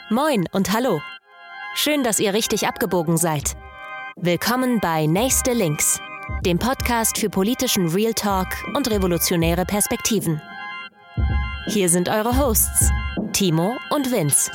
Moin und hallo. Schön, dass ihr richtig abgebogen seid. Willkommen bei Nächste Links, dem Podcast für politischen Real Talk und revolutionäre Perspektiven. Hier sind eure Hosts, Timo und Vince.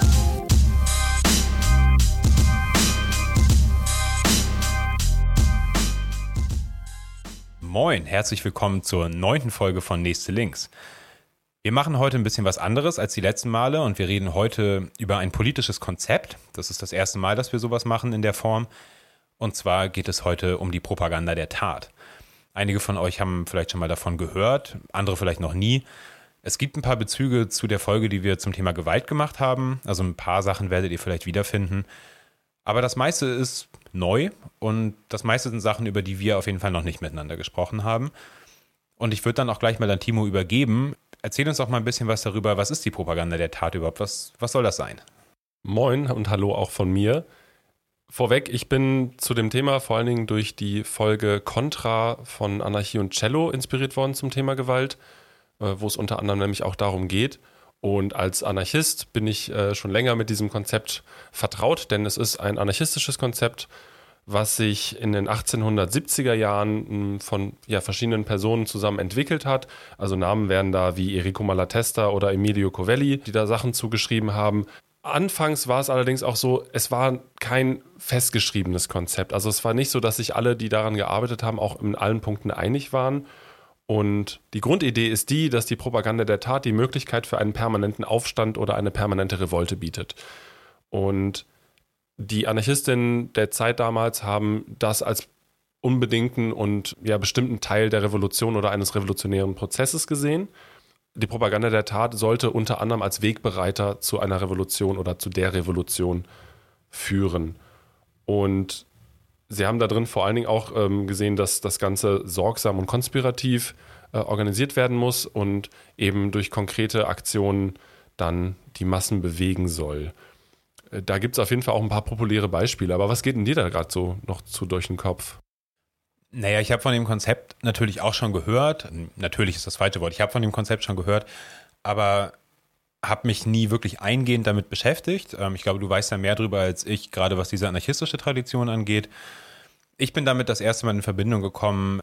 Moin, herzlich willkommen zur 9. Folge von Nächste Links. Wir machen heute ein bisschen was anderes als die letzten Male und wir reden heute über ein politisches Konzept. Das ist das erste Mal, dass wir sowas machen in der Form. Und zwar geht es heute um die Propaganda der Tat. Einige von euch haben vielleicht schon mal davon gehört, andere vielleicht noch nie. Es gibt ein paar Bezüge zu der Folge, die wir zum Thema Gewalt gemacht haben. Also ein paar Sachen werdet ihr vielleicht wiederfinden. Aber das meiste ist neu und das meiste sind Sachen, über die wir auf jeden Fall noch nicht miteinander gesprochen haben. Und ich würde dann auch gleich mal an Timo übergeben. Erzähl uns doch mal ein bisschen was darüber, was ist die Propaganda der Tat überhaupt? Was soll das sein? Moin und hallo auch von mir. Vorweg, ich bin zu dem Thema vor allen Dingen durch die Folge Contra von Anarchie und Cello inspiriert worden zum Thema Gewalt, wo es unter anderem nämlich auch darum geht. Und als Anarchist bin ich schon länger mit diesem Konzept vertraut, denn es ist ein anarchistisches Konzept, was sich in den 1870er Jahren von verschiedenen Personen zusammen entwickelt hat. Also Namen wären da wie Enrico Malatesta oder Emilio Covelli, die da Sachen zugeschrieben haben. Anfangs war es allerdings auch so, es war kein festgeschriebenes Konzept. Also es war nicht so, dass sich alle, die daran gearbeitet haben, auch in allen Punkten einig waren. Und die Grundidee ist die, dass die Propaganda der Tat die Möglichkeit für einen permanenten Aufstand oder eine permanente Revolte bietet. Und die Anarchistinnen der Zeit damals haben das als unbedingten und bestimmten Teil der Revolution oder eines revolutionären Prozesses gesehen. Die Propaganda der Tat sollte unter anderem als Wegbereiter zu einer Revolution oder zu der Revolution führen. Und sie haben da drin vor allen Dingen auch gesehen, dass das Ganze sorgsam und konspirativ organisiert werden muss und eben durch konkrete Aktionen dann die Massen bewegen soll. Da gibt es auf jeden Fall auch ein paar populäre Beispiele. Aber was geht denn dir da gerade so noch durch den Kopf? Naja, ich habe von dem Konzept natürlich auch schon gehört. Natürlich ist das falsche Wort. Ich habe von dem Konzept schon gehört, aber habe mich nie wirklich eingehend damit beschäftigt. Ich glaube, du weißt ja mehr drüber als ich, gerade was diese anarchistische Tradition angeht. Ich bin damit das erste Mal in Verbindung gekommen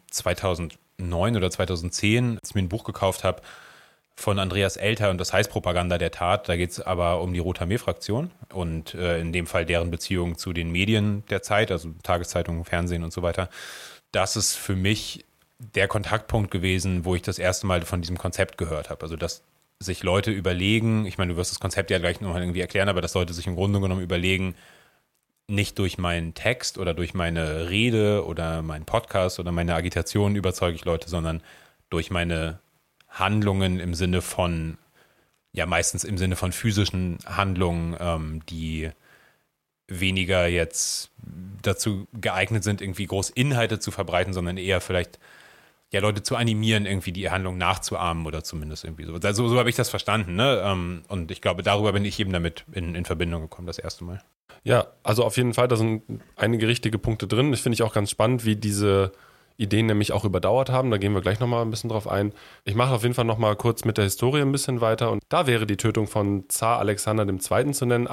2009 oder 2010, als ich mir ein Buch gekauft habe von Andreas Elter und das heißt Propaganda der Tat. Da geht es aber um die Rote Armee-Fraktion und in dem Fall deren Beziehung zu den Medien der Zeit, also Tageszeitungen, Fernsehen und so weiter. Das ist für mich der Kontaktpunkt gewesen, wo ich das erste Mal von diesem Konzept gehört habe. Also dass sich Leute überlegen, ich meine, du wirst das Konzept ja gleich nochmal irgendwie erklären, aber dass Leute sich im Grunde genommen überlegen, nicht durch meinen Text oder durch meine Rede oder meinen Podcast oder meine Agitation überzeuge ich Leute, sondern durch meine Handlungen im Sinne von, meistens im Sinne von physischen Handlungen, die weniger jetzt dazu geeignet sind, irgendwie groß Inhalte zu verbreiten, sondern eher vielleicht Leute zu animieren, irgendwie die Handlung nachzuahmen oder zumindest irgendwie so. Also so habe ich das verstanden, ne? Und ich glaube, darüber bin ich eben damit in Verbindung gekommen, das erste Mal. Ja, also auf jeden Fall, da sind einige richtige Punkte drin. Das finde ich auch ganz spannend, wie diese Ideen nämlich auch überdauert haben. Da gehen wir gleich nochmal ein bisschen drauf ein. Ich mache auf jeden Fall nochmal kurz mit der Historie ein bisschen weiter. Und da wäre die Tötung von Zar Alexander II. Zu nennen,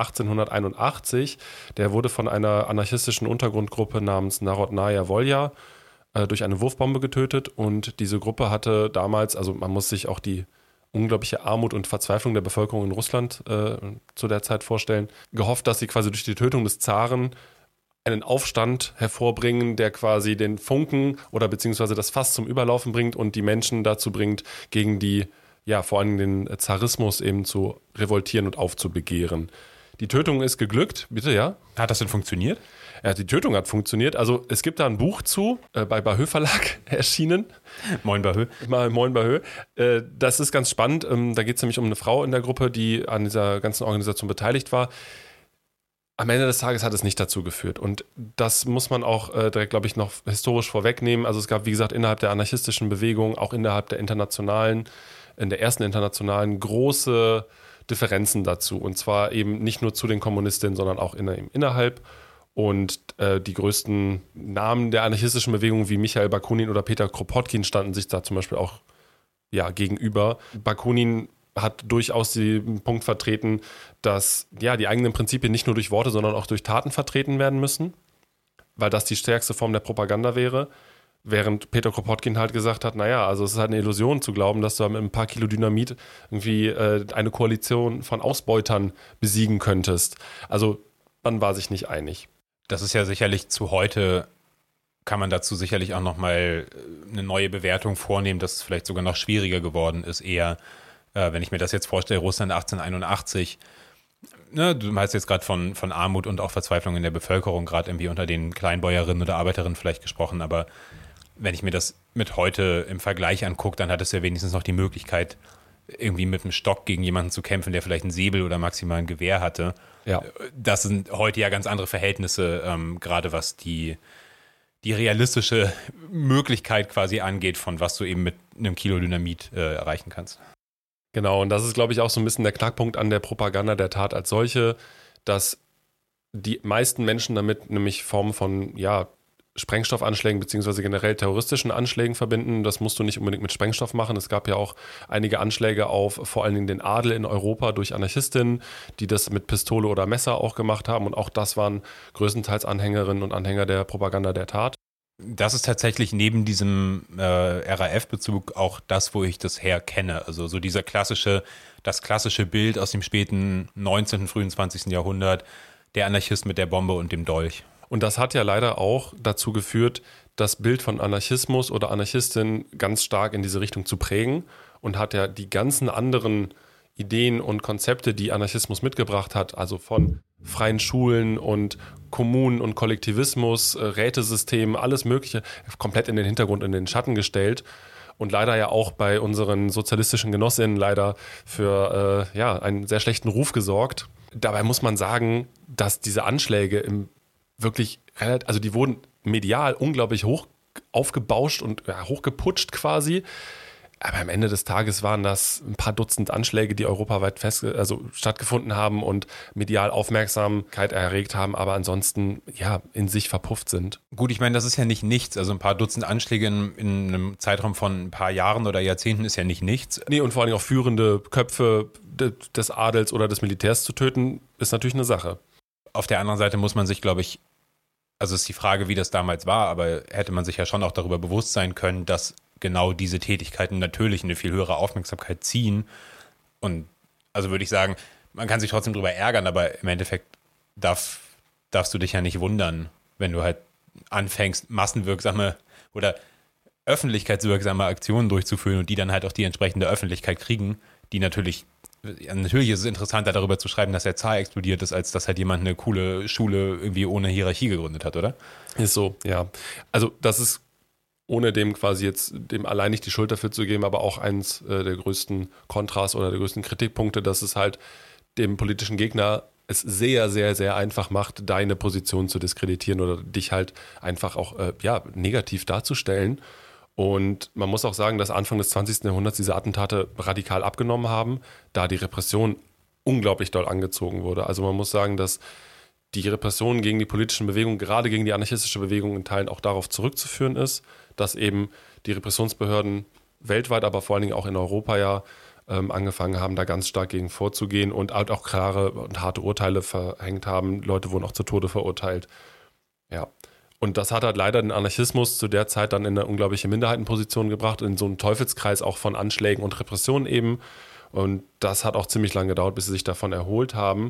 1881. Der wurde von einer anarchistischen Untergrundgruppe namens Narodnaya Volja durch eine Wurfbombe getötet. Und diese Gruppe hatte damals, also man muss sich auch die unglaubliche Armut und Verzweiflung der Bevölkerung in Russland zu der Zeit vorstellen, gehofft, dass sie quasi durch die Tötung des Zaren einen Aufstand hervorbringen, der quasi den Funken oder beziehungsweise das Fass zum Überlaufen bringt und die Menschen dazu bringt, gegen die, vor allem den Zarismus eben zu revoltieren und aufzubegehren. Die Tötung ist geglückt, bitte, ja? Hat das denn funktioniert? Ja, die Tötung hat funktioniert. Also es gibt da ein Buch zu, bei Bahö Verlag erschienen. Moin Bahö. Moin Bahö. Das ist ganz spannend. Da geht es nämlich um eine Frau in der Gruppe, die an dieser ganzen Organisation beteiligt war. Am Ende des Tages hat es nicht dazu geführt. Und das muss man auch direkt, glaube ich, noch historisch vorwegnehmen. Also es gab, wie gesagt, innerhalb der anarchistischen Bewegung, auch innerhalb der in der ersten internationalen, große Differenzen dazu. Und zwar eben nicht nur zu den Kommunistinnen, sondern auch innerhalb. Und die größten Namen der anarchistischen Bewegung wie Michail Bakunin oder Peter Kropotkin standen sich da zum Beispiel auch gegenüber. Bakunin hat durchaus den Punkt vertreten, dass ja die eigenen Prinzipien nicht nur durch Worte, sondern auch durch Taten vertreten werden müssen, weil das die stärkste Form der Propaganda wäre. Während Peter Kropotkin halt gesagt hat, naja, also es ist halt eine Illusion zu glauben, dass du mit ein paar Kilo Dynamit irgendwie eine Koalition von Ausbeutern besiegen könntest. Also man war sich nicht einig. Das ist ja sicherlich zu heute, kann man dazu sicherlich auch nochmal eine neue Bewertung vornehmen, dass es vielleicht sogar noch schwieriger geworden ist. Eher, wenn ich mir das jetzt vorstelle, Russland 1881, ne, du hast jetzt gerade von Armut und auch Verzweiflung in der Bevölkerung, gerade irgendwie unter den Kleinbäuerinnen oder Arbeiterinnen vielleicht gesprochen, aber wenn ich mir das mit heute im Vergleich angucke, dann hat es ja wenigstens noch die Möglichkeit, irgendwie mit einem Stock gegen jemanden zu kämpfen, der vielleicht einen Säbel oder maximal ein Gewehr hatte. Ja. Das sind heute ja ganz andere Verhältnisse, gerade was die realistische Möglichkeit quasi angeht, von was du eben mit einem Kilo Dynamit erreichen kannst. Genau, und das ist, glaube ich, auch so ein bisschen der Knackpunkt an der Propaganda der Tat als solche, dass die meisten Menschen damit nämlich Formen von, ja, Sprengstoffanschlägen beziehungsweise generell terroristischen Anschlägen verbinden. Das musst du nicht unbedingt mit Sprengstoff machen. Es gab ja auch einige Anschläge auf vor allen Dingen den Adel in Europa durch Anarchistinnen, die das mit Pistole oder Messer auch gemacht haben. Und auch das waren größtenteils Anhängerinnen und Anhänger der Propaganda der Tat. Das ist tatsächlich neben diesem RAF-Bezug auch das, wo ich das her kenne. Also so das klassische Bild aus dem späten 19., frühen 20. Jahrhundert, der Anarchist mit der Bombe und dem Dolch. Und das hat ja leider auch dazu geführt, das Bild von Anarchismus oder Anarchistin ganz stark in diese Richtung zu prägen und hat ja die ganzen anderen Ideen und Konzepte, die Anarchismus mitgebracht hat, also von freien Schulen und Kommunen und Kollektivismus, Rätesystemen, alles Mögliche, komplett in den Hintergrund, in den Schatten gestellt und leider ja auch bei unseren sozialistischen Genossinnen leider für einen sehr schlechten Ruf gesorgt. Dabei muss man sagen, dass diese Anschläge wirklich relativ, also die wurden medial unglaublich hoch aufgebauscht und hochgeputscht quasi. Aber am Ende des Tages waren das ein paar Dutzend Anschläge, die europaweit stattgefunden haben und medial Aufmerksamkeit erregt haben, aber ansonsten ja in sich verpufft sind. Gut, ich meine, das ist ja nicht nichts. Also ein paar Dutzend Anschläge in einem Zeitraum von ein paar Jahren oder Jahrzehnten ist ja nicht nichts. Nee, und vor allem auch führende Köpfe des Adels oder des Militärs zu töten, ist natürlich eine Sache. Auf der anderen Seite muss man sich, glaube ich, also ist die Frage, wie das damals war, aber hätte man sich ja schon auch darüber bewusst sein können, dass genau diese Tätigkeiten natürlich eine viel höhere Aufmerksamkeit ziehen. Und also würde ich sagen, man kann sich trotzdem darüber ärgern, aber im Endeffekt darfst du dich ja nicht wundern, wenn du halt anfängst, massenwirksame oder öffentlichkeitswirksame Aktionen durchzuführen und die dann halt auch die entsprechende Öffentlichkeit kriegen, die natürlich ist es interessanter, darüber zu schreiben, dass der Zar explodiert ist, als dass halt jemand eine coole Schule irgendwie ohne Hierarchie gegründet hat, oder? Ist so, ja. Also das ist, ohne dem quasi jetzt dem allein nicht die Schuld dafür zu geben, aber auch eins der größten Kontras oder der größten Kritikpunkte, dass es halt dem politischen Gegner es sehr, sehr, sehr einfach macht, deine Position zu diskreditieren oder dich halt einfach auch negativ darzustellen. Und man muss auch sagen, dass Anfang des 20. Jahrhunderts diese Attentate radikal abgenommen haben, da die Repression unglaublich doll angezogen wurde. Also man muss sagen, dass die Repression gegen die politischen Bewegungen, gerade gegen die anarchistische Bewegung in Teilen auch darauf zurückzuführen ist, dass eben die Repressionsbehörden weltweit, aber vor allen Dingen auch in Europa angefangen haben, da ganz stark gegen vorzugehen und halt auch klare und harte Urteile verhängt haben. Leute wurden auch zu Tode verurteilt. Ja. Und das hat halt leider den Anarchismus zu der Zeit dann in eine unglaubliche Minderheitenposition gebracht, in so einen Teufelskreis auch von Anschlägen und Repressionen eben. Und das hat auch ziemlich lange gedauert, bis sie sich davon erholt haben.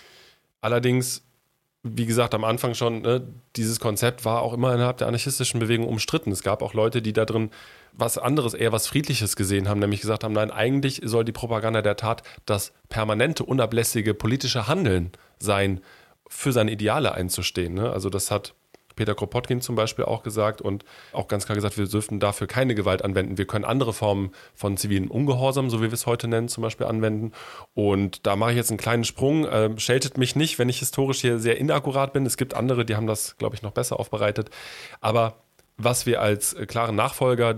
Allerdings, wie gesagt, am Anfang schon, dieses Konzept war auch immer innerhalb der anarchistischen Bewegung umstritten. Es gab auch Leute, die da drin was anderes, eher was Friedliches gesehen haben, nämlich gesagt haben, nein, eigentlich soll die Propaganda der Tat das permanente, unablässige politische Handeln sein, für seine Ideale einzustehen. Ne? Also das hat Peter Kropotkin zum Beispiel auch gesagt und auch ganz klar gesagt, wir dürften dafür keine Gewalt anwenden. Wir können andere Formen von zivilem Ungehorsam, so wie wir es heute nennen, zum Beispiel anwenden. Und da mache ich jetzt einen kleinen Sprung. Scheltet mich nicht, wenn ich historisch hier sehr inakkurat bin. Es gibt andere, die haben das, glaube ich, noch besser aufbereitet. Aber was wir als klaren Nachfolger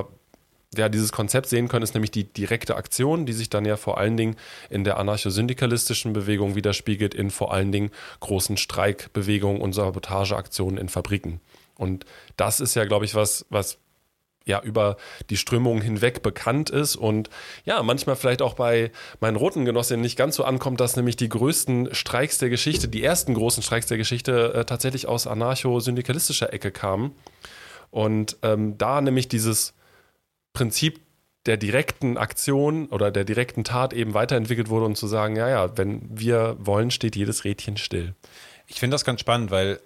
dieses Konzept sehen können, ist nämlich die direkte Aktion, die sich dann ja vor allen Dingen in der anarcho-syndikalistischen Bewegung widerspiegelt, in vor allen Dingen großen Streikbewegungen und Sabotageaktionen in Fabriken. Und das ist ja, glaube ich, was ja über die Strömungen hinweg bekannt ist und ja, manchmal vielleicht auch bei meinen roten Genossinnen nicht ganz so ankommt, dass nämlich die größten Streiks der Geschichte, die ersten großen Streiks der Geschichte tatsächlich aus anarcho-syndikalistischer Ecke kamen. Und da nämlich dieses Prinzip der direkten Aktion oder der direkten Tat eben weiterentwickelt wurde und zu sagen, ja, wenn wir wollen, steht jedes Rädchen still. Ich finde das ganz spannend, weil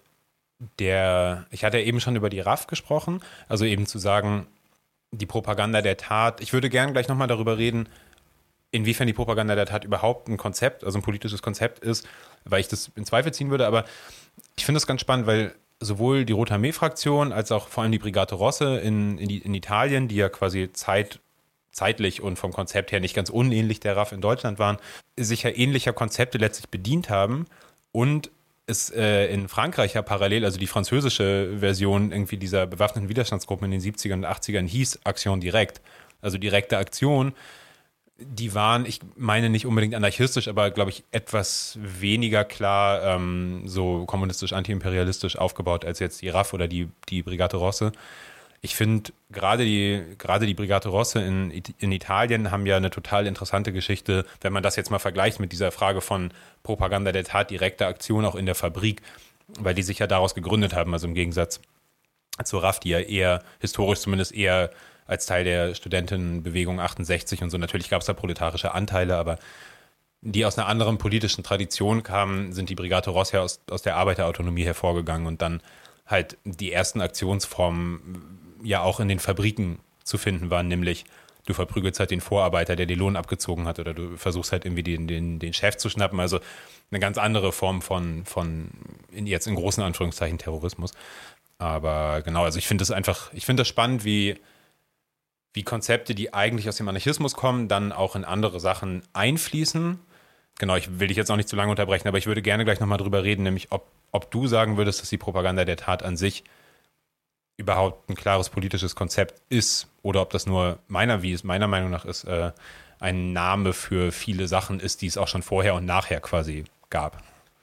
ich hatte ja eben schon über die RAF gesprochen, also eben zu sagen, die Propaganda der Tat, ich würde gern gleich nochmal darüber reden, inwiefern die Propaganda der Tat überhaupt ein Konzept, also ein politisches Konzept ist, weil ich das in Zweifel ziehen würde, aber ich finde das ganz spannend, weil sowohl die Rote Armee-Fraktion als auch vor allem die Brigate Rosse in Italien, die ja quasi zeitlich und vom Konzept her nicht ganz unähnlich der RAF in Deutschland waren, sich ja ähnlicher Konzepte letztlich bedient haben und es in Frankreich ja parallel, also die französische Version irgendwie dieser bewaffneten Widerstandsgruppen in den 70ern und 80ern hieß Aktion direkt, also direkte Aktion. Die waren, ich meine nicht unbedingt anarchistisch, aber glaube ich etwas weniger klar so kommunistisch, antiimperialistisch aufgebaut als jetzt die RAF oder die Brigate Rosse. Ich finde, gerade die Brigate Rosse in Italien haben ja eine total interessante Geschichte, wenn man das jetzt mal vergleicht mit dieser Frage von Propaganda der Tat, direkter Aktion auch in der Fabrik, weil die sich ja daraus gegründet haben, also im Gegensatz zur RAF, die ja eher, historisch zumindest eher als Teil der Studentenbewegung 68 und so, natürlich gab es da proletarische Anteile, aber die aus einer anderen politischen Tradition kamen, sind die Brigate Rosse ja aus der Arbeiterautonomie hervorgegangen und dann halt die ersten Aktionsformen ja auch in den Fabriken zu finden waren, nämlich du verprügelst halt den Vorarbeiter, der den Lohn abgezogen hat, oder du versuchst halt irgendwie den Chef zu schnappen, also eine ganz andere Form von jetzt in großen Anführungszeichen Terrorismus. Aber genau, also ich finde das spannend, wie Konzepte, die eigentlich aus dem Anarchismus kommen, dann auch in andere Sachen einfließen. Genau, ich will dich jetzt auch nicht zu lange unterbrechen, aber ich würde gerne gleich nochmal drüber reden, nämlich ob du sagen würdest, dass die Propaganda der Tat an sich überhaupt ein klares politisches Konzept ist oder ob das nur wie es meiner Meinung nach ist, ein Name für viele Sachen ist, die es auch schon vorher und nachher quasi gab.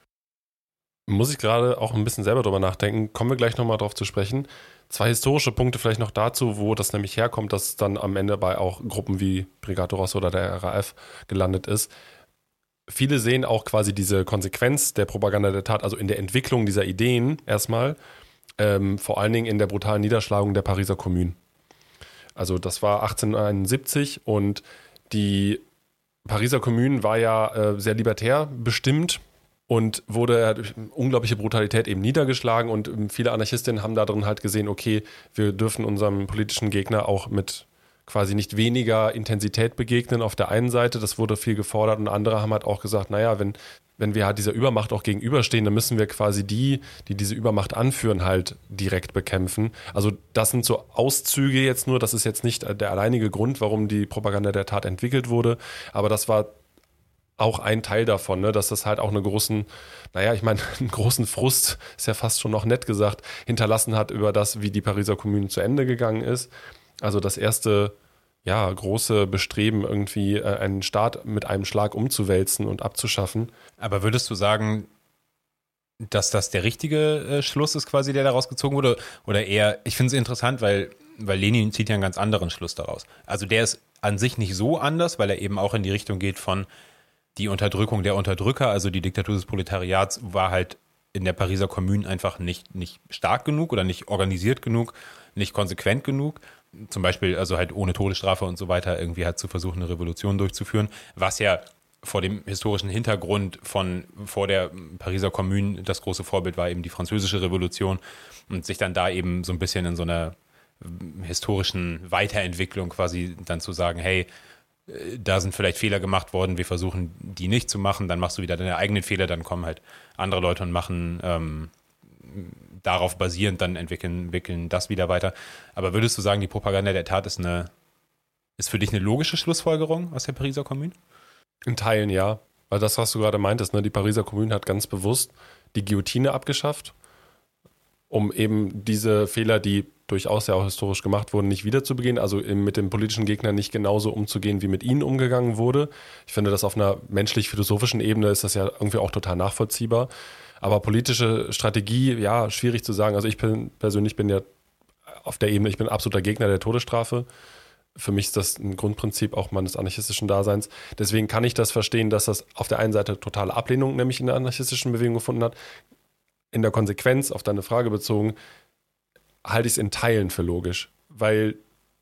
Muss ich gerade auch ein bisschen selber drüber nachdenken. Kommen wir gleich nochmal drauf zu sprechen. 2 historische Punkte vielleicht noch dazu, wo das nämlich herkommt, dass es dann am Ende bei auch Gruppen wie Brigate Rosse oder der RAF gelandet ist. Viele sehen auch quasi diese Konsequenz der Propaganda der Tat, also in der Entwicklung dieser Ideen erstmal, vor allen Dingen in der brutalen Niederschlagung der Pariser Kommune. Also das war 1871 und die Pariser Kommune war ja sehr libertär bestimmt und wurde durch unglaubliche Brutalität eben niedergeschlagen und viele Anarchistinnen haben da drin halt gesehen, okay, wir dürfen unserem politischen Gegner auch mit quasi nicht weniger Intensität begegnen auf der einen Seite, das wurde viel gefordert und andere haben halt auch gesagt, naja, wenn wir halt dieser Übermacht auch gegenüberstehen, dann müssen wir quasi die diese Übermacht anführen, halt direkt bekämpfen. Also das sind so Auszüge jetzt nur, das ist jetzt nicht der alleinige Grund, warum die Propaganda der Tat entwickelt wurde, aber das war auch ein Teil davon, ne, dass das halt auch einen großen Frust, ist ja fast schon noch nett gesagt, hinterlassen hat über das, wie die Pariser Kommune zu Ende gegangen ist. Also das erste große Bestreben, irgendwie einen Staat mit einem Schlag umzuwälzen und abzuschaffen. Aber würdest du sagen, dass das der richtige Schluss ist quasi, der daraus gezogen wurde? Oder eher, ich finde es interessant, weil Lenin zieht ja einen ganz anderen Schluss daraus. Also der ist an sich nicht so anders, weil er eben auch in die Richtung geht von die Unterdrückung der Unterdrücker, also die Diktatur des Proletariats war halt in der Pariser Kommune einfach nicht stark genug oder nicht organisiert genug, nicht konsequent genug. Zum Beispiel also halt ohne Todesstrafe und so weiter irgendwie halt zu versuchen, eine Revolution durchzuführen, was ja vor dem historischen Hintergrund vor der Pariser Kommune das große Vorbild war eben die französische Revolution und sich dann da eben so ein bisschen in so einer historischen Weiterentwicklung quasi dann zu sagen, hey, da sind vielleicht Fehler gemacht worden, wir versuchen die nicht zu machen, dann machst du wieder deine eigenen Fehler, dann kommen halt andere Leute und machen darauf basierend, dann entwickeln das wieder weiter. Aber würdest du sagen, die Propaganda der Tat ist für dich eine logische Schlussfolgerung aus der Pariser Kommune? In Teilen ja, weil das, was du gerade meintest, ne, die Pariser Kommune hat ganz bewusst die Guillotine abgeschafft, um eben diese Fehler, die durchaus ja auch historisch gemacht wurden, nicht wieder zu begehen, also mit dem politischen Gegner nicht genauso umzugehen, wie mit ihnen umgegangen wurde. Ich finde, das auf einer menschlich-philosophischen Ebene ist das ja irgendwie auch total nachvollziehbar. Aber politische Strategie, ja, schwierig zu sagen. Also ich persönlich bin ja auf der Ebene, ich bin absoluter Gegner der Todesstrafe. Für mich ist das ein Grundprinzip auch meines anarchistischen Daseins. Deswegen kann ich das verstehen, dass das auf der einen Seite totale Ablehnung nämlich in der anarchistischen Bewegung gefunden hat. In der Konsequenz, auf deine Frage bezogen, halte ich es in Teilen für logisch, weil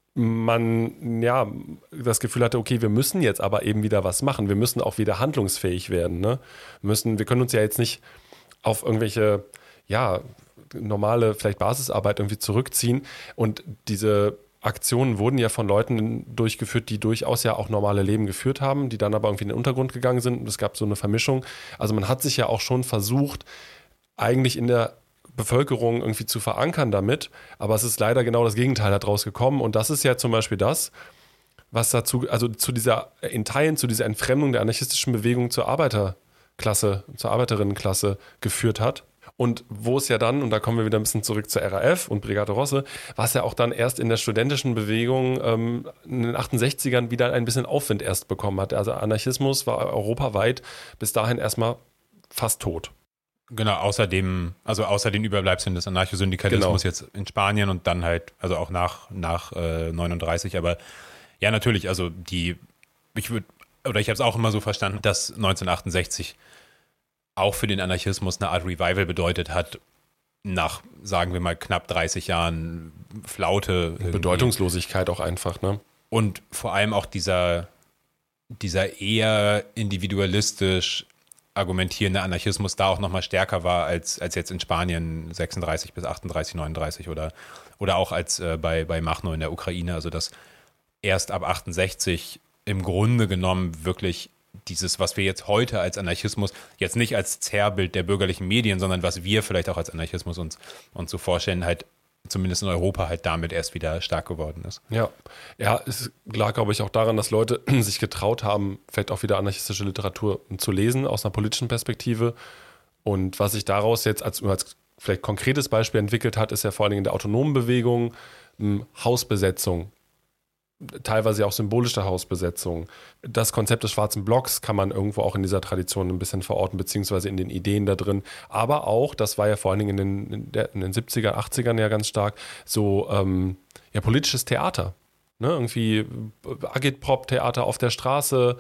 man ja das Gefühl hatte, okay, wir müssen jetzt aber eben wieder was machen. Wir müssen auch wieder handlungsfähig werden. Ne? Wir können uns ja jetzt nicht auf irgendwelche, ja, normale, vielleicht Basisarbeit irgendwie zurückziehen. Und diese Aktionen wurden ja von Leuten durchgeführt, die durchaus ja auch normale Leben geführt haben, die dann aber irgendwie in den Untergrund gegangen sind. Und es gab so eine Vermischung. Also man hat sich ja auch schon versucht, eigentlich in der Bevölkerung irgendwie zu verankern damit, aber es ist leider genau das Gegenteil daraus gekommen. Und das ist ja zum Beispiel das, was dazu, also zu dieser Entfremdung der anarchistischen Bewegung zur Arbeiterklasse, zur Arbeiterinnenklasse geführt hat. Und wo es ja dann, und da kommen wir wieder ein bisschen zurück zur RAF und Brigade Rosse, was ja auch dann erst in der studentischen Bewegung in den 68ern wieder ein bisschen Aufwind erst bekommen hat. Also Anarchismus war europaweit bis dahin erstmal fast tot. Genau, außer den Überbleibseln des Anarchosyndikalismus jetzt in Spanien und dann halt, also auch nach 39, aber ja, natürlich, also ich habe es auch immer so verstanden, dass 1968 auch für den Anarchismus eine Art Revival bedeutet hat, nach, sagen wir mal, knapp 30 Jahren Flaute. Bedeutungslosigkeit auch einfach, ne? Und vor allem auch dieser eher individualistisch argumentierende Anarchismus da auch nochmal stärker war als jetzt in Spanien 36 bis 38, 39 oder auch als bei Machno in der Ukraine. Also dass erst ab 68 im Grunde genommen wirklich dieses, was wir jetzt heute als Anarchismus, jetzt nicht als Zerrbild der bürgerlichen Medien, sondern was wir vielleicht auch als Anarchismus uns so vorstellen, halt zumindest in Europa halt damit erst wieder stark geworden ist. Ja, es lag, glaube ich, auch daran, dass Leute sich getraut haben, vielleicht auch wieder anarchistische Literatur zu lesen aus einer politischen Perspektive. Und was sich daraus jetzt als vielleicht konkretes Beispiel entwickelt hat, ist ja vor allen Dingen in der autonomen Bewegung Hausbesetzung. Teilweise auch symbolische Hausbesetzung. Das Konzept des schwarzen Blocks kann man irgendwo auch in dieser Tradition ein bisschen verorten, beziehungsweise in den Ideen da drin. Aber auch, das war ja vor allen Dingen in den 70er, 80ern ja ganz stark, so politisches Theater. Ne? Irgendwie Agitprop-Theater auf der Straße,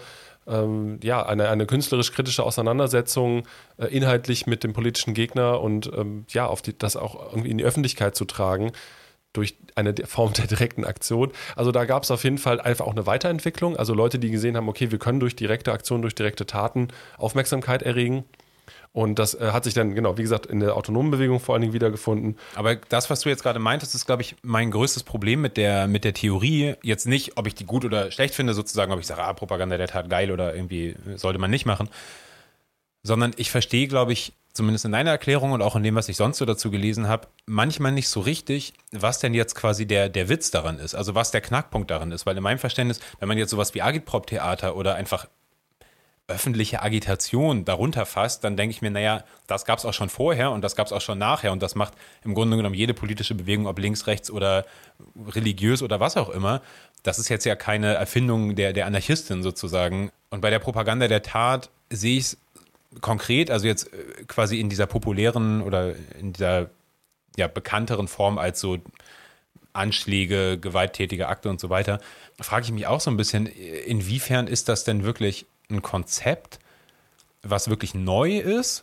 eine künstlerisch-kritische Auseinandersetzung inhaltlich mit dem politischen Gegner und das auch irgendwie in die Öffentlichkeit zu tragen, durch eine Form der direkten Aktion. Also da gab es auf jeden Fall einfach auch eine Weiterentwicklung. Also Leute, die gesehen haben, okay, wir können durch direkte Aktionen, durch direkte Taten Aufmerksamkeit erregen. Und das hat sich dann, genau, wie gesagt, in der autonomen Bewegung vor allen Dingen wiedergefunden. Aber das, was du jetzt gerade meintest, ist, glaube ich, mein größtes Problem mit der Theorie. Jetzt nicht, ob ich die gut oder schlecht finde, sozusagen, ob ich sage, Propaganda der Tat geil oder irgendwie sollte man nicht machen. Sondern ich verstehe, glaube ich, zumindest in deiner Erklärung und auch in dem, was ich sonst so dazu gelesen habe, manchmal nicht so richtig, was denn jetzt quasi der Witz daran ist, also was der Knackpunkt daran ist, weil in meinem Verständnis, wenn man jetzt sowas wie Agitprop-Theater oder einfach öffentliche Agitation darunter fasst, dann denke ich mir, naja, das gab es auch schon vorher und das gab es auch schon nachher und das macht im Grunde genommen jede politische Bewegung, ob links, rechts oder religiös oder was auch immer. Das ist jetzt ja keine Erfindung der Anarchistin sozusagen. Und bei der Propaganda der Tat sehe ich es konkret, also jetzt quasi in dieser populären oder in dieser bekannteren Form als so Anschläge, gewalttätige Akte und so weiter, frage ich mich auch so ein bisschen, inwiefern ist das denn wirklich ein Konzept, was wirklich neu ist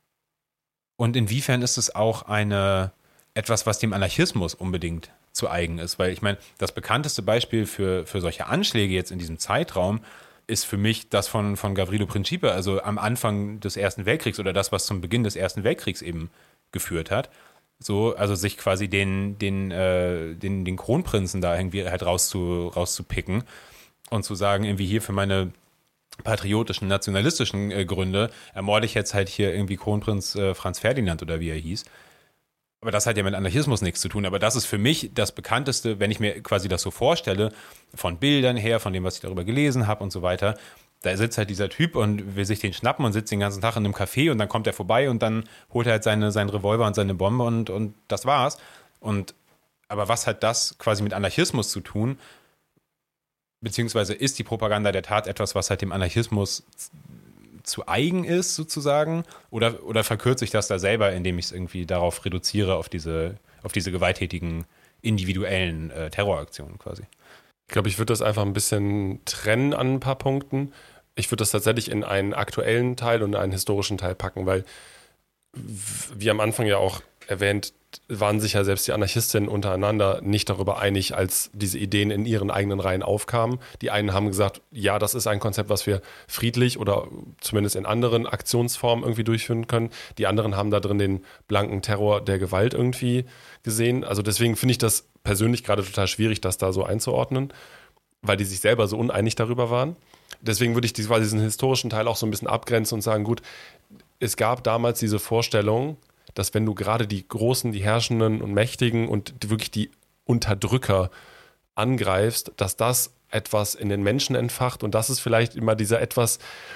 und inwiefern ist es auch etwas, was dem Anarchismus unbedingt zu eigen ist, weil ich meine, das bekannteste Beispiel für solche Anschläge jetzt in diesem Zeitraum ist für mich das von Gavrilo Principe, also am Anfang des Ersten Weltkriegs oder das, was zum Beginn des Ersten Weltkriegs eben geführt hat. So, also sich quasi den Kronprinzen da irgendwie halt rauszupicken und zu sagen, irgendwie hier für meine patriotischen, nationalistischen Gründe ermorde ich jetzt halt hier irgendwie Kronprinz Franz Ferdinand oder wie er hieß. Aber das hat ja mit Anarchismus nichts zu tun. Aber das ist für mich das Bekannteste, wenn ich mir quasi das so vorstelle, von Bildern her, von dem, was ich darüber gelesen habe und so weiter. Da sitzt halt dieser Typ und will sich den schnappen und sitzt den ganzen Tag in einem Café und dann kommt er vorbei und dann holt er halt seinen Revolver und seine Bombe und das war's. Aber was hat das quasi mit Anarchismus zu tun? Beziehungsweise ist die Propaganda der Tat etwas, was halt dem Anarchismus zu eigen ist, sozusagen? Oder verkürze ich das da selber, indem ich es irgendwie darauf reduziere, auf diese gewalttätigen individuellen Terroraktionen quasi. Ich glaube, ich würde das einfach ein bisschen trennen an ein paar Punkten. Ich würde das tatsächlich in einen aktuellen Teil und einen historischen Teil packen, weil, wie am Anfang ja auch erwähnt, waren sich ja selbst die Anarchistinnen untereinander nicht darüber einig, als diese Ideen in ihren eigenen Reihen aufkamen. Die einen haben gesagt, ja, das ist ein Konzept, was wir friedlich oder zumindest in anderen Aktionsformen irgendwie durchführen können. Die anderen haben da drin den blanken Terror der Gewalt irgendwie gesehen. Also deswegen finde ich das persönlich gerade total schwierig, das da so einzuordnen, weil die sich selber so uneinig darüber waren. Deswegen würde ich quasi diesen historischen Teil auch so ein bisschen abgrenzen und sagen, gut, es gab damals diese Vorstellung, dass wenn du gerade die Großen, die Herrschenden und Mächtigen und wirklich die Unterdrücker angreifst, dass das etwas in den Menschen entfacht und das ist vielleicht immer dieser etwas,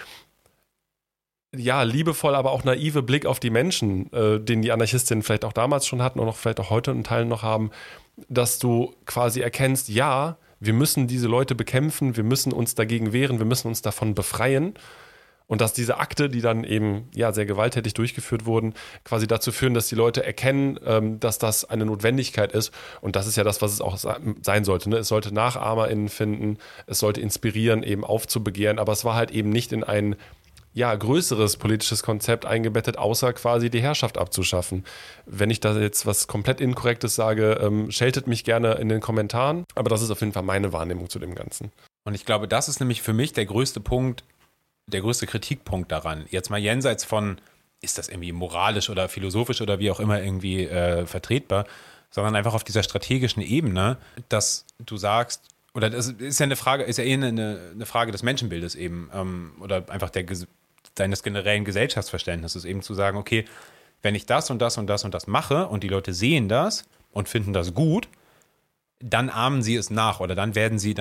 ja, liebevoll, aber auch naive Blick auf die Menschen, den die Anarchistinnen vielleicht auch damals schon hatten und auch vielleicht auch heute in Teilen noch haben, dass du quasi erkennst, ja, wir müssen diese Leute bekämpfen, wir müssen uns dagegen wehren, wir müssen uns davon befreien. Und dass diese Akte, die dann eben ja sehr gewalttätig durchgeführt wurden, quasi dazu führen, dass die Leute erkennen, dass das eine Notwendigkeit ist. Und das ist ja das, was es auch sein sollte. Ne? Es sollte NachahmerInnen finden, es sollte inspirieren, eben aufzubegehren. Aber es war halt eben nicht in ein größeres politisches Konzept eingebettet, außer quasi die Herrschaft abzuschaffen. Wenn ich da jetzt was komplett Inkorrektes sage, scheltet mich gerne in den Kommentaren. Aber das ist auf jeden Fall meine Wahrnehmung zu dem Ganzen. Und ich glaube, das ist nämlich für mich der größte Punkt, der größte Kritikpunkt daran. Jetzt mal jenseits von, ist das irgendwie moralisch oder philosophisch oder wie auch immer irgendwie vertretbar, sondern einfach auf dieser strategischen Ebene, dass du sagst, oder das ist ja eine Frage, ist ja eher eine Frage des Menschenbildes eben, oder einfach deines generellen Gesellschaftsverständnisses eben zu sagen, okay, wenn ich das und das und das und das mache und die Leute sehen das und finden das gut, dann ahmen sie es nach oder dann werden sie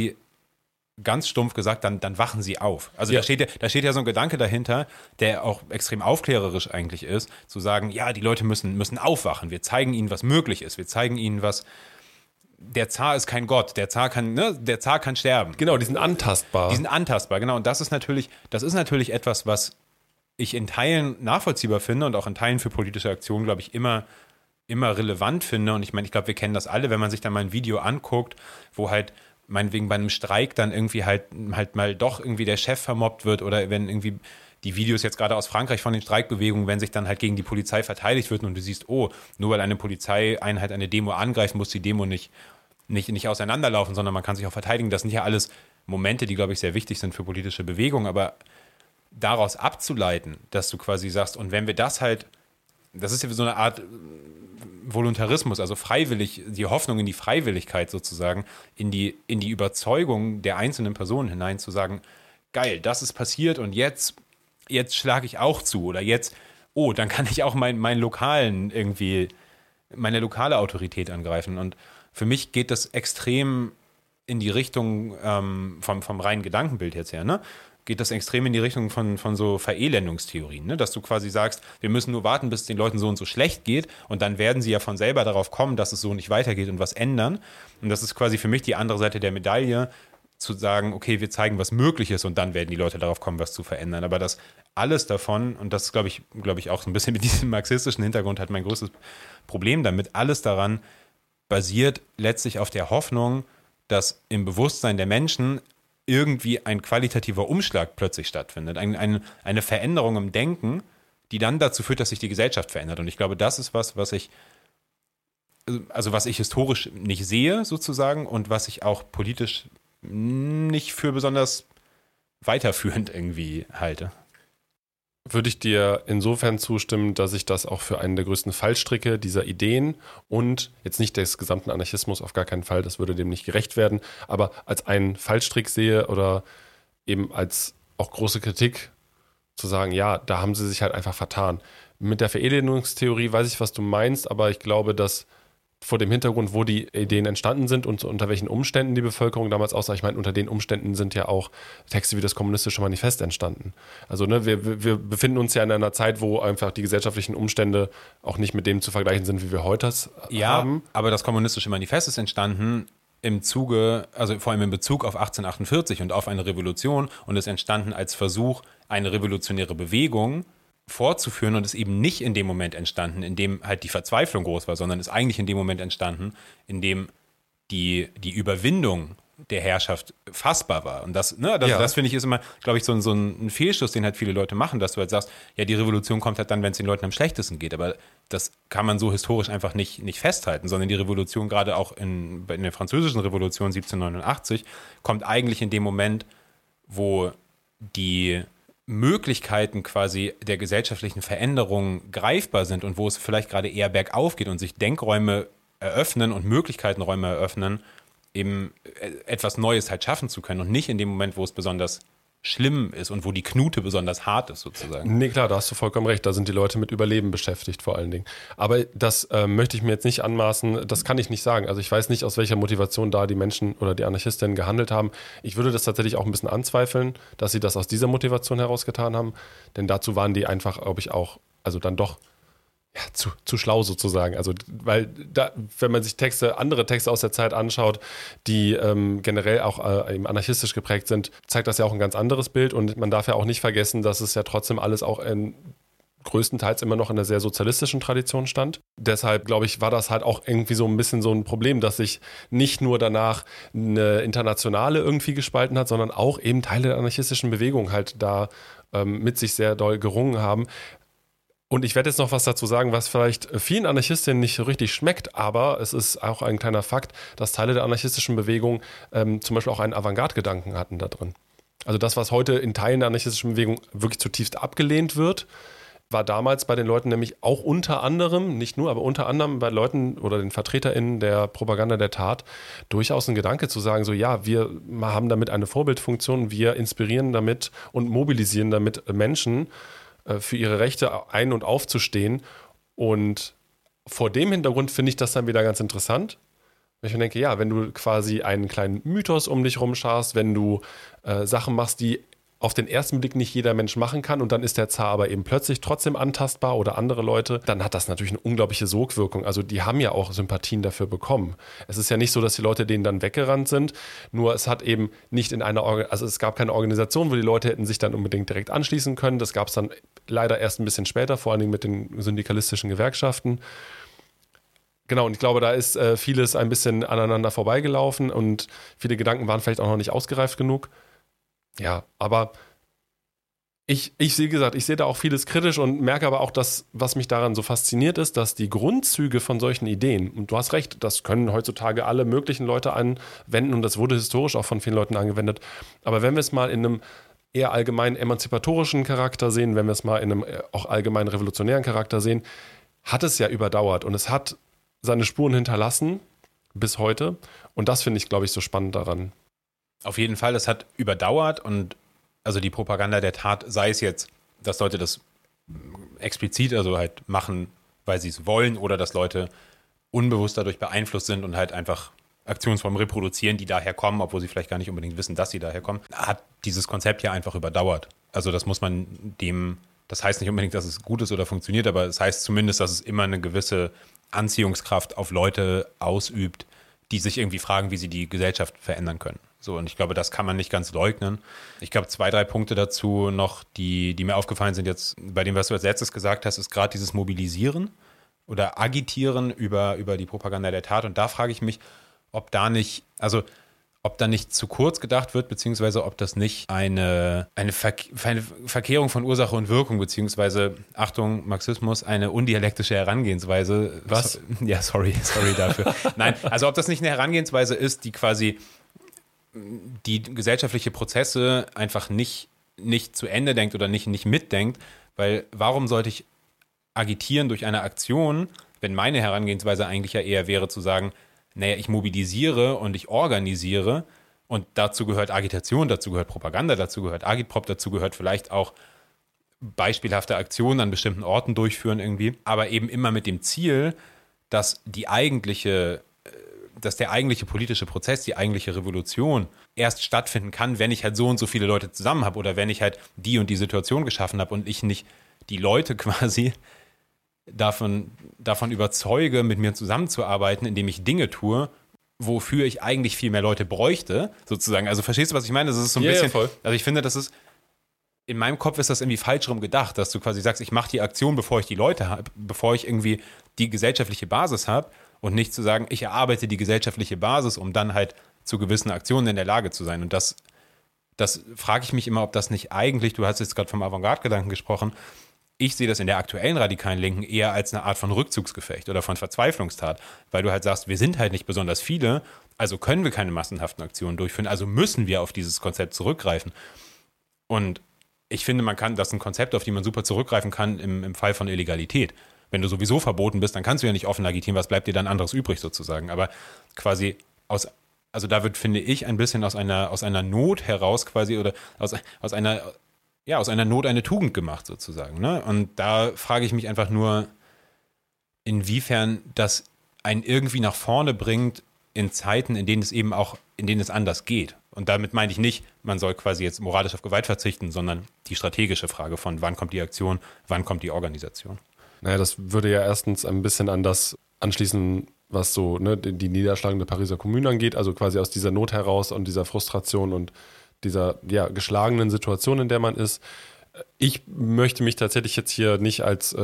ganz stumpf gesagt, dann wachen sie auf. Also da steht ja so ein Gedanke dahinter, der auch extrem aufklärerisch eigentlich ist, zu sagen, ja, die Leute müssen aufwachen, wir zeigen ihnen, was möglich ist, wir zeigen ihnen, was der Zar ist kein Gott, der Zar kann sterben. Genau, die sind antastbar. Genau. Und das ist natürlich etwas, was ich in Teilen nachvollziehbar finde und auch in Teilen für politische Aktionen, glaube ich, immer relevant finde. Und ich meine, ich glaube, wir kennen das alle, wenn man sich dann mal ein Video anguckt, wo halt meinetwegen bei einem Streik dann irgendwie halt mal doch irgendwie der Chef vermobbt wird oder wenn irgendwie die Videos jetzt gerade aus Frankreich von den Streikbewegungen, wenn sich dann halt gegen die Polizei verteidigt wird und du siehst, oh, nur weil eine Polizeieinheit eine Demo angreift, muss die Demo nicht auseinanderlaufen, sondern man kann sich auch verteidigen. Das sind ja alles Momente, die, glaube ich, sehr wichtig sind für politische Bewegungen, aber daraus abzuleiten, dass du quasi sagst, und wenn wir das halt, das ist ja so eine Art Voluntarismus, also freiwillig, die Hoffnung in die Freiwilligkeit sozusagen, in die Überzeugung der einzelnen Personen hinein zu sagen, geil, das ist passiert und jetzt schlage ich auch zu oder jetzt, dann kann ich auch meine lokale Autorität angreifen und für mich geht das extrem in die Richtung vom reinen Gedankenbild jetzt her, ne? Geht das extrem in die Richtung von so Verelendungstheorien, ne? Dass du quasi sagst, wir müssen nur warten, bis es den Leuten so und so schlecht geht und dann werden sie ja von selber darauf kommen, dass es so nicht weitergeht und was ändern. Und das ist quasi für mich die andere Seite der Medaille, zu sagen, okay, wir zeigen, was möglich ist und dann werden die Leute darauf kommen, was zu verändern. Aber das alles davon, und das glaube ich auch so ein bisschen mit diesem marxistischen Hintergrund hat mein größtes Problem damit, alles daran basiert letztlich auf der Hoffnung, dass im Bewusstsein der Menschen irgendwie ein qualitativer Umschlag plötzlich stattfindet. Eine Veränderung im Denken, die dann dazu führt, dass sich die Gesellschaft verändert. Und ich glaube, das ist was ich historisch nicht sehe, sozusagen, und was ich auch politisch nicht für besonders weiterführend irgendwie halte. Würde ich dir insofern zustimmen, dass ich das auch für einen der größten Fallstricke dieser Ideen und jetzt nicht des gesamten Anarchismus, auf gar keinen Fall, das würde dem nicht gerecht werden, aber als einen Fallstrick sehe oder eben als auch große Kritik zu sagen, ja, da haben sie sich halt einfach vertan. Mit der Verelendungstheorie weiß ich, was du meinst, aber ich glaube, dass vor dem Hintergrund, wo die Ideen entstanden sind und unter welchen Umständen die Bevölkerung damals aussah. Ich meine, unter den Umständen sind ja auch Texte wie das Kommunistische Manifest entstanden. Also wir befinden uns ja in einer Zeit, wo einfach die gesellschaftlichen Umstände auch nicht mit dem zu vergleichen sind, wie wir heute es haben. Aber das Kommunistische Manifest ist entstanden im Zuge, also vor allem in Bezug auf 1848 und auf eine Revolution und ist entstanden als Versuch, eine revolutionäre Bewegung fortzuführen und ist eben nicht in dem Moment entstanden, in dem halt die Verzweiflung groß war, sondern ist eigentlich in dem Moment entstanden, in dem die Überwindung der Herrschaft fassbar war. Und das finde ich ist immer, glaube ich, so ein Fehlschluss, den halt viele Leute machen, dass du halt sagst, ja, die Revolution kommt halt dann, wenn es den Leuten am schlechtesten geht. Aber das kann man so historisch einfach nicht festhalten, sondern die Revolution, gerade auch in der französischen Revolution 1789, kommt eigentlich in dem Moment, wo die Möglichkeiten quasi der gesellschaftlichen Veränderung greifbar sind und wo es vielleicht gerade eher bergauf geht und sich Denkräume eröffnen und Möglichkeitenräume eröffnen, eben etwas Neues halt schaffen zu können und nicht in dem Moment, wo es besonders schlimm ist und wo die Knute besonders hart ist sozusagen. Nee, klar, da hast du vollkommen recht. Da sind die Leute mit Überleben beschäftigt vor allen Dingen. Aber das möchte ich mir jetzt nicht anmaßen, das kann ich nicht sagen. Also ich weiß nicht, aus welcher Motivation da die Menschen oder die Anarchistinnen gehandelt haben. Ich würde das tatsächlich auch ein bisschen anzweifeln, dass sie das aus dieser Motivation heraus getan haben. Denn dazu waren die einfach, glaube ich, auch, also dann doch zu schlau sozusagen. Also, weil da, wenn man sich andere Texte aus der Zeit anschaut, die generell auch eben anarchistisch geprägt sind, zeigt das ja auch ein ganz anderes Bild und man darf ja auch nicht vergessen, dass es ja trotzdem alles auch größtenteils immer noch in einer sehr sozialistischen Tradition stand. Deshalb, glaube ich, war das halt auch irgendwie so ein bisschen so ein Problem, dass sich nicht nur danach eine internationale irgendwie gespalten hat, sondern auch eben Teile der anarchistischen Bewegung halt da mit sich sehr doll gerungen haben. Und ich werde jetzt noch was dazu sagen, was vielleicht vielen Anarchistinnen nicht so richtig schmeckt, aber es ist auch ein kleiner Fakt, dass Teile der anarchistischen Bewegung zum Beispiel auch einen Avantgarde-Gedanken hatten da drin. Also das, was heute in Teilen der anarchistischen Bewegung wirklich zutiefst abgelehnt wird, war damals bei den Leuten nämlich auch unter anderem, nicht nur, aber unter anderem bei Leuten oder den VertreterInnen der Propaganda der Tat durchaus ein Gedanke zu sagen, so ja, wir haben damit eine Vorbildfunktion, wir inspirieren damit und mobilisieren damit Menschen, für ihre Rechte ein- und aufzustehen. Und vor dem Hintergrund finde ich das dann wieder ganz interessant. Weil ich mir denke, ja, wenn du quasi einen kleinen Mythos um dich rumscharst, wenn du Sachen machst, die auf den ersten Blick nicht jeder Mensch machen kann und dann ist der Zar aber eben plötzlich trotzdem antastbar oder andere Leute, dann hat das natürlich eine unglaubliche Sogwirkung. Also die haben ja auch Sympathien dafür bekommen. Es ist ja nicht so, dass die Leute denen dann weggerannt sind, nur es hat eben nicht also es gab keine Organisation, wo die Leute hätten sich dann unbedingt direkt anschließen können. Das gab es dann leider erst ein bisschen später, vor allen Dingen mit den syndikalistischen Gewerkschaften. Genau, und ich glaube, da ist vieles ein bisschen aneinander vorbeigelaufen und viele Gedanken waren vielleicht auch noch nicht ausgereift genug. Ja, aber ich sehe da auch vieles kritisch und merke aber auch, dass, was mich daran so fasziniert ist, dass die Grundzüge von solchen Ideen, und du hast recht, das können heutzutage alle möglichen Leute anwenden und das wurde historisch auch von vielen Leuten angewendet, aber wenn wir es mal in einem eher allgemein emanzipatorischen Charakter sehen, wenn wir es mal in einem auch allgemein revolutionären Charakter sehen, hat es ja überdauert und es hat seine Spuren hinterlassen bis heute und das finde ich, glaube ich, so spannend daran. Auf jeden Fall, es hat überdauert und also die Propaganda der Tat, sei es jetzt, dass Leute das explizit, also halt machen, weil sie es wollen oder dass Leute unbewusst dadurch beeinflusst sind und halt einfach Aktionsformen reproduzieren, die daher kommen, obwohl sie vielleicht gar nicht unbedingt wissen, dass sie daher kommen, hat dieses Konzept ja einfach überdauert. Also das muss man das heißt nicht unbedingt, dass es gut ist oder funktioniert, aber es heißt zumindest, dass es immer eine gewisse Anziehungskraft auf Leute ausübt, die sich irgendwie fragen, wie sie die Gesellschaft verändern können. So, und ich glaube, das kann man nicht ganz leugnen. Ich glaube, 2, 3 Punkte dazu noch, die mir aufgefallen sind jetzt, bei dem, was du als letztes gesagt hast, ist gerade dieses Mobilisieren oder Agitieren über die Propaganda der Tat. Und da frage ich mich, ob da nicht zu kurz gedacht wird, beziehungsweise ob das nicht eine Verkehrung von Ursache und Wirkung, beziehungsweise, Achtung, Marxismus, eine undialektische Herangehensweise. Was? Ja, sorry dafür. Nein, also ob das nicht eine Herangehensweise ist, die quasi die gesellschaftliche Prozesse einfach nicht zu Ende denkt oder nicht mitdenkt, weil warum sollte ich agitieren durch eine Aktion, wenn meine Herangehensweise eigentlich ja eher wäre zu sagen, naja, ich mobilisiere und ich organisiere und dazu gehört Agitation, dazu gehört Propaganda, dazu gehört Agitprop, dazu gehört vielleicht auch beispielhafte Aktionen an bestimmten Orten durchführen irgendwie, aber eben immer mit dem Ziel, dass der eigentliche politische Prozess, die eigentliche Revolution erst stattfinden kann, wenn ich halt so und so viele Leute zusammen habe oder wenn ich halt die und die Situation geschaffen habe und ich nicht die Leute quasi davon überzeuge, mit mir zusammenzuarbeiten, indem ich Dinge tue, wofür ich eigentlich viel mehr Leute bräuchte, sozusagen. Also verstehst du, was ich meine? Das ist so ein bisschen, voll. also ich finde, das ist in meinem Kopf ist das irgendwie falsch rum gedacht, dass du quasi sagst, ich mache die Aktion, bevor ich die Leute habe, bevor ich irgendwie die gesellschaftliche Basis habe und nicht zu sagen, ich erarbeite die gesellschaftliche Basis, um dann halt zu gewissen Aktionen in der Lage zu sein. Und das frage ich mich immer, ob das nicht eigentlich, du hast jetzt gerade vom Avantgarde-Gedanken gesprochen, ich sehe das in der aktuellen radikalen Linken eher als eine Art von Rückzugsgefecht oder von Verzweiflungstat, weil du halt sagst, wir sind halt nicht besonders viele, also können wir keine massenhaften Aktionen durchführen, also müssen wir auf dieses Konzept zurückgreifen. Und ich finde, das ist ein Konzept, auf die man super zurückgreifen kann im Fall von Illegalität. Wenn du sowieso verboten bist, dann kannst du ja nicht offen agitieren, was bleibt dir dann anderes übrig sozusagen. Aber quasi also da wird, finde ich, ein bisschen aus einer Not heraus quasi oder aus einer Not eine Tugend gemacht sozusagen. Ne? Und da frage ich mich einfach nur, inwiefern das einen irgendwie nach vorne bringt in Zeiten, in denen es anders geht. Und damit meine ich nicht, man soll quasi jetzt moralisch auf Gewalt verzichten, sondern die strategische Frage von wann kommt die Aktion, wann kommt die Organisation. Naja, das würde ja erstens ein bisschen an das anschließen, was so die niederschlagende Pariser Kommune angeht, also quasi aus dieser Not heraus und dieser Frustration und dieser geschlagenen Situation, in der man ist. Ich möchte mich tatsächlich jetzt hier nicht als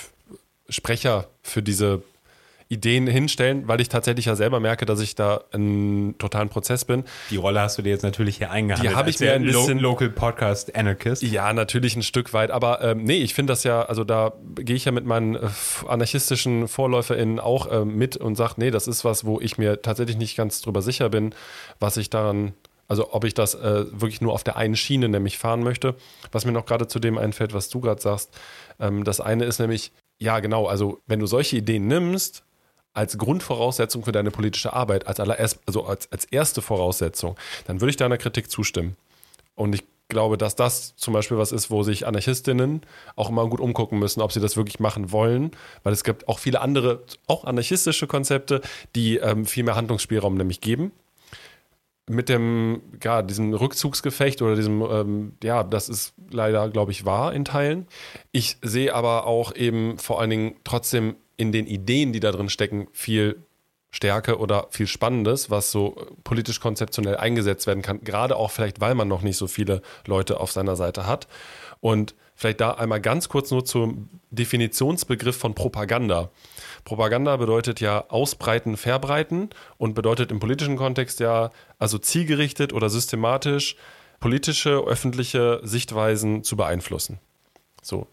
Sprecher für diese Ideen hinstellen, weil ich tatsächlich ja selber merke, dass ich da in totalen Prozess bin. Die Rolle hast du dir jetzt natürlich hier eingehandelt. Die habe ich mir ein bisschen... Local Podcast Anarchist. Ja, natürlich ein Stück weit, aber ich finde das ja, also da gehe ich ja mit meinen anarchistischen VorläuferInnen auch mit und sage, das ist was, wo ich mir tatsächlich nicht ganz drüber sicher bin, was ich daran... Also ob ich das wirklich nur auf der einen Schiene nämlich fahren möchte. Was mir noch gerade zu dem einfällt, was du gerade sagst. Das eine ist nämlich, ja genau, also wenn du solche Ideen nimmst, als Grundvoraussetzung für deine politische Arbeit, als erste Voraussetzung, dann würde ich deiner Kritik zustimmen. Und ich glaube, dass das zum Beispiel was ist, wo sich Anarchistinnen auch immer gut umgucken müssen, ob sie das wirklich machen wollen, weil es gibt auch viele andere, auch anarchistische Konzepte, die viel mehr Handlungsspielraum nämlich geben. Mit diesem Rückzugsgefecht oder diesem, das ist leider, glaube ich, wahr in Teilen. Ich sehe aber auch eben vor allen Dingen trotzdem in den Ideen, die da drin stecken, viel Stärke oder viel Spannendes, was so politisch konzeptionell eingesetzt werden kann, gerade auch vielleicht, weil man noch nicht so viele Leute auf seiner Seite hat. Und vielleicht da einmal ganz kurz nur zum Definitionsbegriff von Propaganda. Propaganda bedeutet ja ausbreiten, verbreiten und bedeutet im politischen Kontext ja also zielgerichtet oder systematisch politische, öffentliche Sichtweisen zu beeinflussen. So.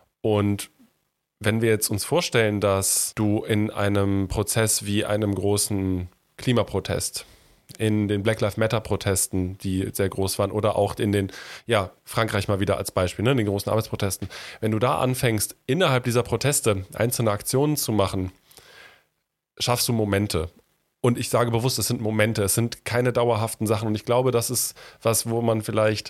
Und wenn wir jetzt uns vorstellen, dass du in einem Prozess wie einem großen Klimaprotest, in den Black Lives Matter Protesten, die sehr groß waren, oder auch in den, Frankreich mal wieder als Beispiel, in den großen Arbeitsprotesten, wenn du da anfängst, innerhalb dieser Proteste einzelne Aktionen zu machen, schaffst du Momente. Und ich sage bewusst, es sind Momente, es sind keine dauerhaften Sachen. Und ich glaube, das ist was, wo man vielleicht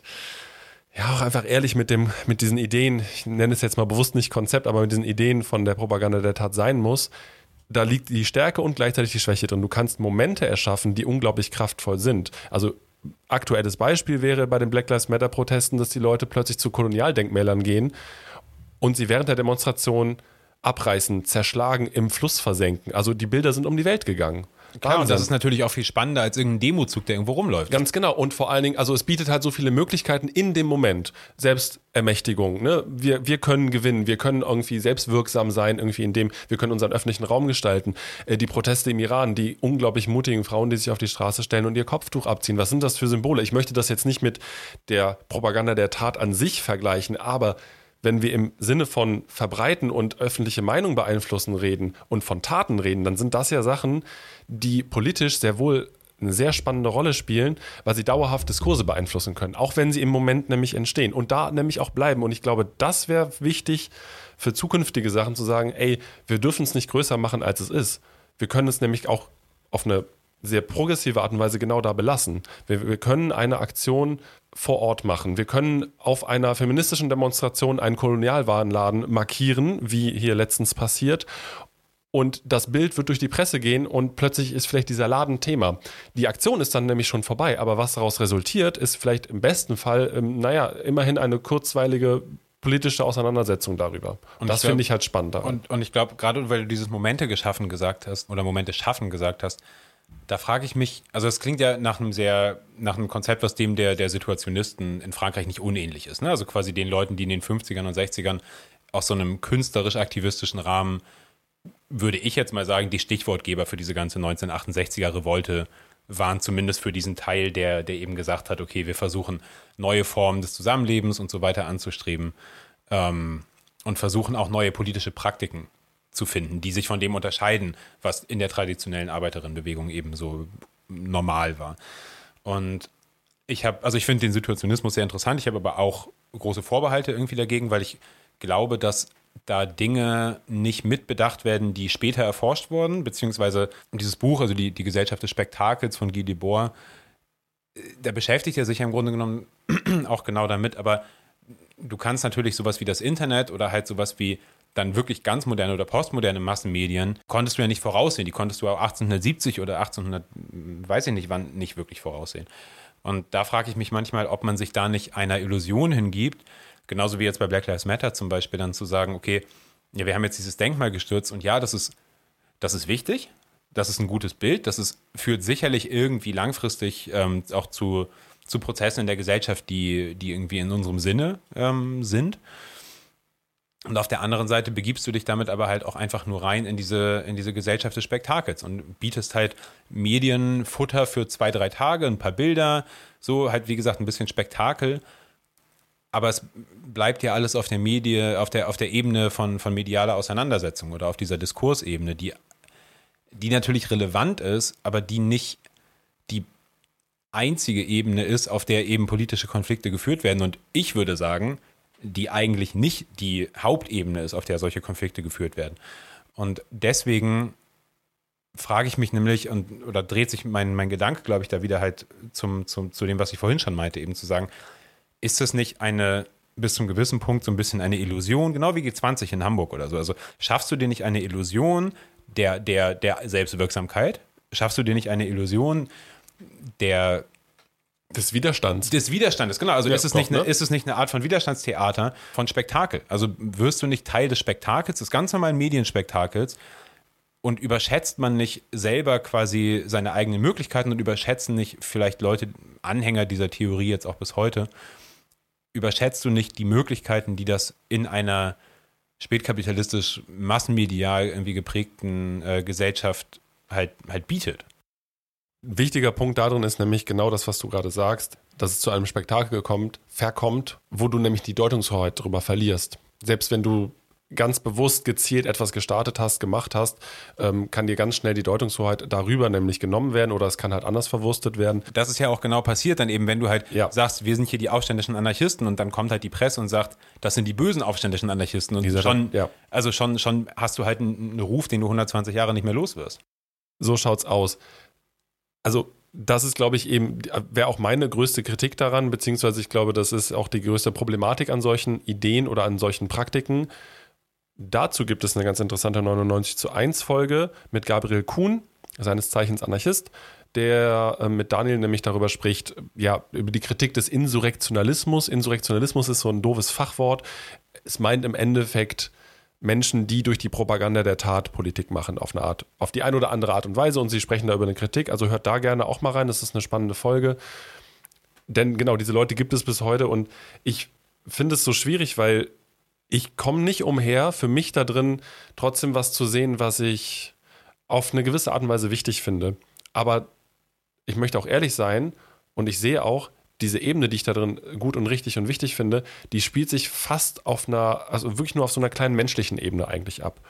auch einfach ehrlich mit diesen Ideen, ich nenne es jetzt mal bewusst nicht Konzept, aber mit diesen Ideen von der Propaganda der Tat sein muss. Da liegt die Stärke und gleichzeitig die Schwäche drin. Du kannst Momente erschaffen, die unglaublich kraftvoll sind. Also aktuelles Beispiel wäre bei den Black Lives Matter Protesten, dass die Leute plötzlich zu Kolonialdenkmälern gehen und sie während der Demonstration abreißen, zerschlagen, im Fluss versenken. Also die Bilder sind um die Welt gegangen. Klar, und das ist natürlich auch viel spannender als irgendein Demozug, der irgendwo rumläuft. Ganz genau. Und vor allen Dingen, also es bietet halt so viele Möglichkeiten in dem Moment. Selbstermächtigung. Ne? Wir können gewinnen. Wir können irgendwie selbstwirksam sein, irgendwie indem wir können unseren öffentlichen Raum gestalten. Die Proteste im Iran, die unglaublich mutigen Frauen, die sich auf die Straße stellen und ihr Kopftuch abziehen. Was sind das für Symbole? Ich möchte das jetzt nicht mit der Propaganda der Tat an sich vergleichen, aber wenn wir im Sinne von verbreiten und öffentliche Meinung beeinflussen reden und von Taten reden, dann sind das ja Sachen, die politisch sehr wohl eine sehr spannende Rolle spielen, weil sie dauerhaft Diskurse beeinflussen können, auch wenn sie im Moment nämlich entstehen und da nämlich auch bleiben. Und ich glaube, das wäre wichtig für zukünftige Sachen zu sagen, wir dürfen es nicht größer machen, als es ist. Wir können es nämlich auch auf eine sehr progressive Art und Weise genau da belassen. Wir können eine Aktion vor Ort machen. Wir können auf einer feministischen Demonstration einen Kolonialwarenladen markieren, wie hier letztens passiert. Und das Bild wird durch die Presse gehen und plötzlich ist vielleicht dieser Laden Thema. Die Aktion ist dann nämlich schon vorbei, aber was daraus resultiert, ist vielleicht im besten Fall, immerhin eine kurzweilige politische Auseinandersetzung darüber. Und das finde ich halt spannend daran. Und ich glaube, gerade weil du dieses Momente schaffen gesagt hast, Da frage ich mich, also es klingt ja nach einem Konzept, was dem der Situationisten in Frankreich nicht unähnlich ist. Ne? Also quasi den Leuten, die in den 50ern und 60ern aus so einem künstlerisch-aktivistischen Rahmen, würde ich jetzt mal sagen, die Stichwortgeber für diese ganze 1968er-Revolte waren, zumindest für diesen Teil, der eben gesagt hat, okay, wir versuchen neue Formen des Zusammenlebens und so weiter anzustreben und versuchen auch neue politische Praktiken zu finden, die sich von dem unterscheiden, was in der traditionellen Arbeiterinnenbewegung eben so normal war. Und ich finde den Situationismus sehr interessant, ich habe aber auch große Vorbehalte irgendwie dagegen, weil ich glaube, dass da Dinge nicht mitbedacht werden, die später erforscht wurden, beziehungsweise dieses Buch, also die Gesellschaft des Spektakels von Guy Debord, da beschäftigt er sich ja im Grunde genommen auch genau damit, aber du kannst natürlich sowas wie das Internet oder halt sowas wie dann wirklich ganz moderne oder postmoderne Massenmedien, konntest du ja nicht voraussehen. Die konntest du auch 1870 oder 1800, weiß ich nicht wann, nicht wirklich voraussehen. Und da frage ich mich manchmal, ob man sich da nicht einer Illusion hingibt, genauso wie jetzt bei Black Lives Matter zum Beispiel, dann zu sagen, okay, ja, wir haben jetzt dieses Denkmal gestürzt und ja, das ist wichtig, das ist ein gutes Bild, führt sicherlich irgendwie langfristig auch zu Prozessen in der Gesellschaft, die irgendwie in unserem Sinne sind. Und auf der anderen Seite begibst du dich damit aber halt auch einfach nur rein in diese Gesellschaft des Spektakels und bietest halt Medienfutter für 2-3 Tage, ein paar Bilder, so halt wie gesagt ein bisschen Spektakel. Aber es bleibt ja alles auf der auf der Ebene von medialer Auseinandersetzung oder auf dieser Diskursebene, die natürlich relevant ist, aber die nicht die einzige Ebene ist, auf der eben politische Konflikte geführt werden. Und ich würde sagen, die eigentlich nicht die Hauptebene ist, auf der solche Konflikte geführt werden. Und deswegen frage ich mich nämlich, oder dreht sich mein Gedanke, glaube ich, da wieder halt zu dem, was ich vorhin schon meinte, eben zu sagen, ist das nicht bis zum gewissen Punkt so ein bisschen eine Illusion, genau wie G20 in Hamburg oder so? Also schaffst du dir nicht eine Illusion der Selbstwirksamkeit? Schaffst du dir nicht eine Illusion des Widerstandes, genau. Also ja, ist es nicht eine Art von Widerstandstheater, von Spektakel? Also wirst du nicht Teil des Spektakels, des ganz normalen Medienspektakels, und überschätzt man nicht selber quasi seine eigenen Möglichkeiten und überschätzen nicht vielleicht Leute, Anhänger dieser Theorie jetzt auch bis heute, überschätzt du nicht die Möglichkeiten, die das in einer spätkapitalistisch massenmedial irgendwie geprägten Gesellschaft halt bietet? Wichtiger Punkt darin ist nämlich genau das, was du gerade sagst, dass es zu einem Spektakel verkommt, wo du nämlich die Deutungshoheit darüber verlierst. Selbst wenn du ganz bewusst gezielt etwas gestartet hast, gemacht hast, kann dir ganz schnell die Deutungshoheit darüber nämlich genommen werden oder es kann halt anders verwurstet werden. Das ist ja auch genau passiert dann eben, wenn du halt sagst, wir sind hier die aufständischen Anarchisten und dann kommt halt die Presse und sagt, das sind die bösen aufständischen Anarchisten und schon hast du halt einen Ruf, den du 120 Jahre nicht mehr los wirst. So schaut's aus. Also das ist, glaube ich, wäre auch meine größte Kritik daran, beziehungsweise ich glaube, das ist auch die größte Problematik an solchen Ideen oder an solchen Praktiken. Dazu gibt es eine ganz interessante 99:1 Folge mit Gabriel Kuhn, seines Zeichens Anarchist, der mit Daniel nämlich darüber spricht, ja, über die Kritik des Insurrektionalismus. Insurrektionalismus ist so ein doofes Fachwort. Es meint im Endeffekt Menschen, die durch die Propaganda der Tat Politik machen, auf die eine oder andere Art und Weise, und sie sprechen da über eine Kritik, also hört da gerne auch mal rein, das ist eine spannende Folge, denn genau, diese Leute gibt es bis heute und ich finde es so schwierig, weil ich komme nicht umher, für mich da drin trotzdem was zu sehen, was ich auf eine gewisse Art und Weise wichtig finde, aber ich möchte auch ehrlich sein und ich sehe auch, diese Ebene, die ich da drin gut und richtig und wichtig finde, die spielt sich fast also wirklich nur auf so einer kleinen menschlichen Ebene eigentlich ab.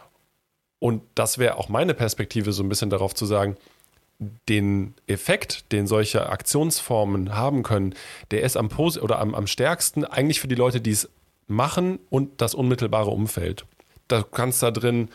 Und das wäre auch meine Perspektive, so ein bisschen darauf zu sagen, den Effekt, den solche Aktionsformen haben können, der ist am stärksten eigentlich für die Leute, die es machen und das unmittelbare Umfeld. Da kannst da drin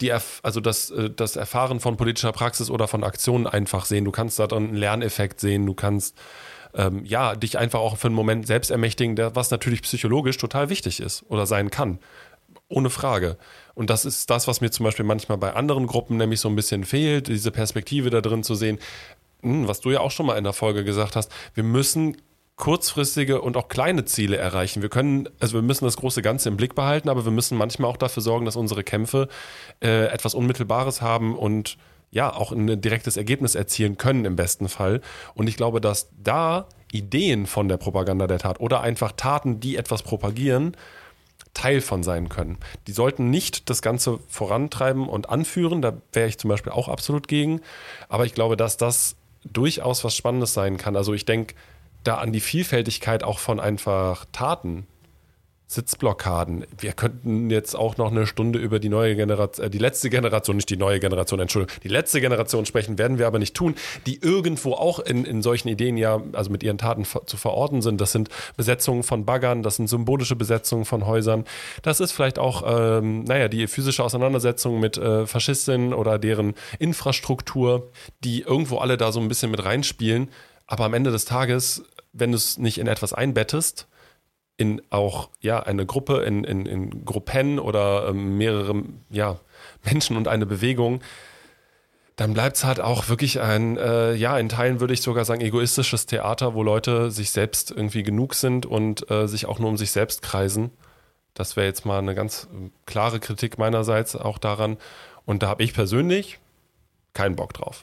das Erfahren von politischer Praxis oder von Aktionen einfach sehen. Du kannst da drin einen Lerneffekt sehen, du kannst dich einfach auch für einen Moment selbst ermächtigen, was natürlich psychologisch total wichtig ist oder sein kann. Ohne Frage. Und das ist das, was mir zum Beispiel manchmal bei anderen Gruppen nämlich so ein bisschen fehlt, diese Perspektive da drin zu sehen, was du ja auch schon mal in der Folge gesagt hast, wir müssen kurzfristige und auch kleine Ziele erreichen. Wir müssen das große Ganze im Blick behalten, aber wir müssen manchmal auch dafür sorgen, dass unsere Kämpfe etwas Unmittelbares haben und ja auch ein direktes Ergebnis erzielen können im besten Fall. Und ich glaube, dass da Ideen von der Propaganda der Tat oder einfach Taten, die etwas propagieren, Teil von sein können. Die sollten nicht das Ganze vorantreiben und anführen, da wäre ich zum Beispiel auch absolut gegen, aber ich glaube, dass das durchaus was Spannendes sein kann. Also ich denke da an die Vielfältigkeit auch von einfach Taten, Sitzblockaden. Wir könnten jetzt auch noch eine Stunde über die neue Generation, die letzte Generation, nicht die neue Generation, Entschuldigung, die letzte Generation sprechen, werden wir aber nicht tun, die irgendwo auch in solchen Ideen ja, also mit ihren Taten zu verorten sind. Das sind Besetzungen von Baggern, das sind symbolische Besetzungen von Häusern. Das ist vielleicht auch, die physische Auseinandersetzung mit Faschistinnen oder deren Infrastruktur, die irgendwo alle da so ein bisschen mit reinspielen. Aber am Ende des Tages, wenn du es nicht in etwas einbettest, in auch eine Gruppe, in Gruppen oder mehrere Menschen und eine Bewegung, dann bleibt es halt auch wirklich in Teilen würde ich sogar sagen, egoistisches Theater, wo Leute sich selbst irgendwie genug sind und sich auch nur um sich selbst kreisen. Das wäre jetzt mal eine ganz klare Kritik meinerseits auch daran. Und da habe ich persönlich keinen Bock drauf.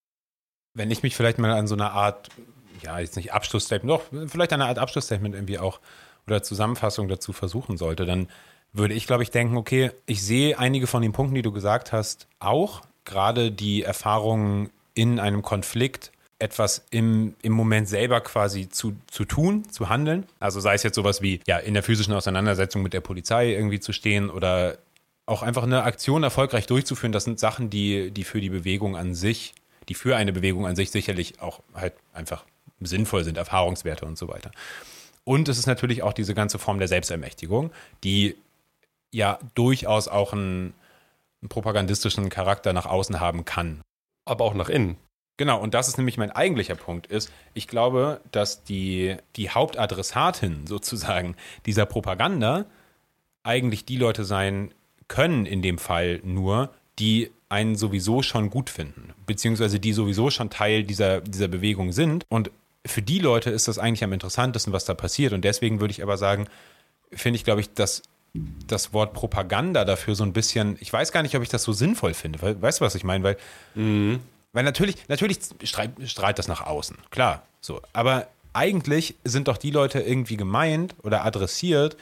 Wenn ich mich vielleicht mal an so eine Art, jetzt nicht Abschlussstatement, doch, vielleicht eine Art Abschlussstatement irgendwie auch oder Zusammenfassung dazu versuchen sollte, dann würde ich, glaube ich, denken, okay, ich sehe einige von den Punkten, die du gesagt hast, auch. Gerade die Erfahrungen in einem Konflikt, etwas im Moment selber quasi zu tun, zu handeln. Also sei es jetzt sowas wie, in der physischen Auseinandersetzung mit der Polizei irgendwie zu stehen oder auch einfach eine Aktion erfolgreich durchzuführen. Das sind Sachen, die für die Bewegung an sich, die für eine Bewegung an sich sicherlich auch halt einfach sinnvoll sind, Erfahrungswerte und so weiter. Und es ist natürlich auch diese ganze Form der Selbstermächtigung, die ja durchaus auch einen propagandistischen Charakter nach außen haben kann. Aber auch nach innen. Genau, und das ist nämlich mein eigentlicher Punkt ist, ich glaube, dass die Hauptadressatin sozusagen dieser Propaganda eigentlich die Leute sein können in dem Fall nur, die einen sowieso schon gut finden, beziehungsweise die sowieso schon Teil dieser Bewegung sind. Und für die Leute ist das eigentlich am interessantesten, was da passiert. Und deswegen würde ich aber sagen, glaube ich, dass das Wort Propaganda dafür so ein bisschen, ich weiß gar nicht, ob ich das so sinnvoll finde. Weißt du, was ich meine? Weil natürlich strahlt das nach außen, klar. So. Aber eigentlich sind doch die Leute irgendwie gemeint oder adressiert,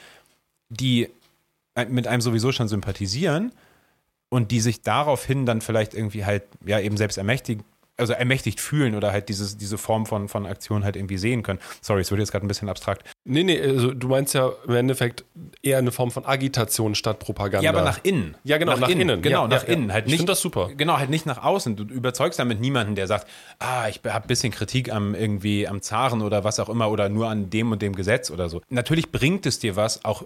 die mit einem sowieso schon sympathisieren und die sich daraufhin dann vielleicht irgendwie halt eben selbst ermächtigt fühlen oder halt diese Form von Aktion halt irgendwie sehen können. Sorry, es wird jetzt gerade ein bisschen abstrakt. Nee, also du meinst ja im Endeffekt eher eine Form von Agitation statt Propaganda. Ja, aber nach innen. Ja, genau, nach innen. Genau, nach innen. Halt ich finde das super. Genau, halt nicht nach außen. Du überzeugst damit niemanden, der sagt, ich habe ein bisschen Kritik am Zaren oder was auch immer oder nur an dem und dem Gesetz oder so. Natürlich bringt es dir was, auch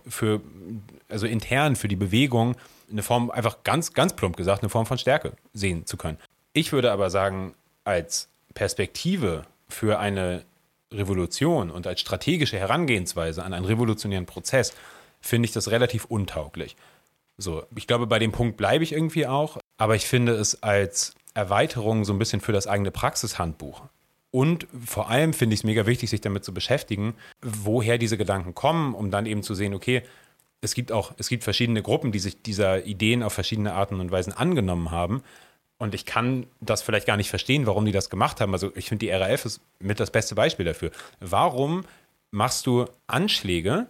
also intern für die Bewegung, eine Form, einfach ganz, ganz plump gesagt, eine Form von Stärke sehen zu können. Ich würde aber sagen, als Perspektive für eine Revolution und als strategische Herangehensweise an einen revolutionären Prozess finde ich das relativ untauglich. So, ich glaube, bei dem Punkt bleibe ich irgendwie auch, aber ich finde es als Erweiterung so ein bisschen für das eigene Praxishandbuch. Und vor allem finde ich es mega wichtig, sich damit zu beschäftigen, woher diese Gedanken kommen, um dann eben zu sehen, okay, es gibt verschiedene Gruppen, die sich dieser Ideen auf verschiedene Arten und Weisen angenommen haben. Und ich kann das vielleicht gar nicht verstehen, warum die das gemacht haben. Also ich finde, die RAF ist mit das beste Beispiel dafür. Warum machst du Anschläge,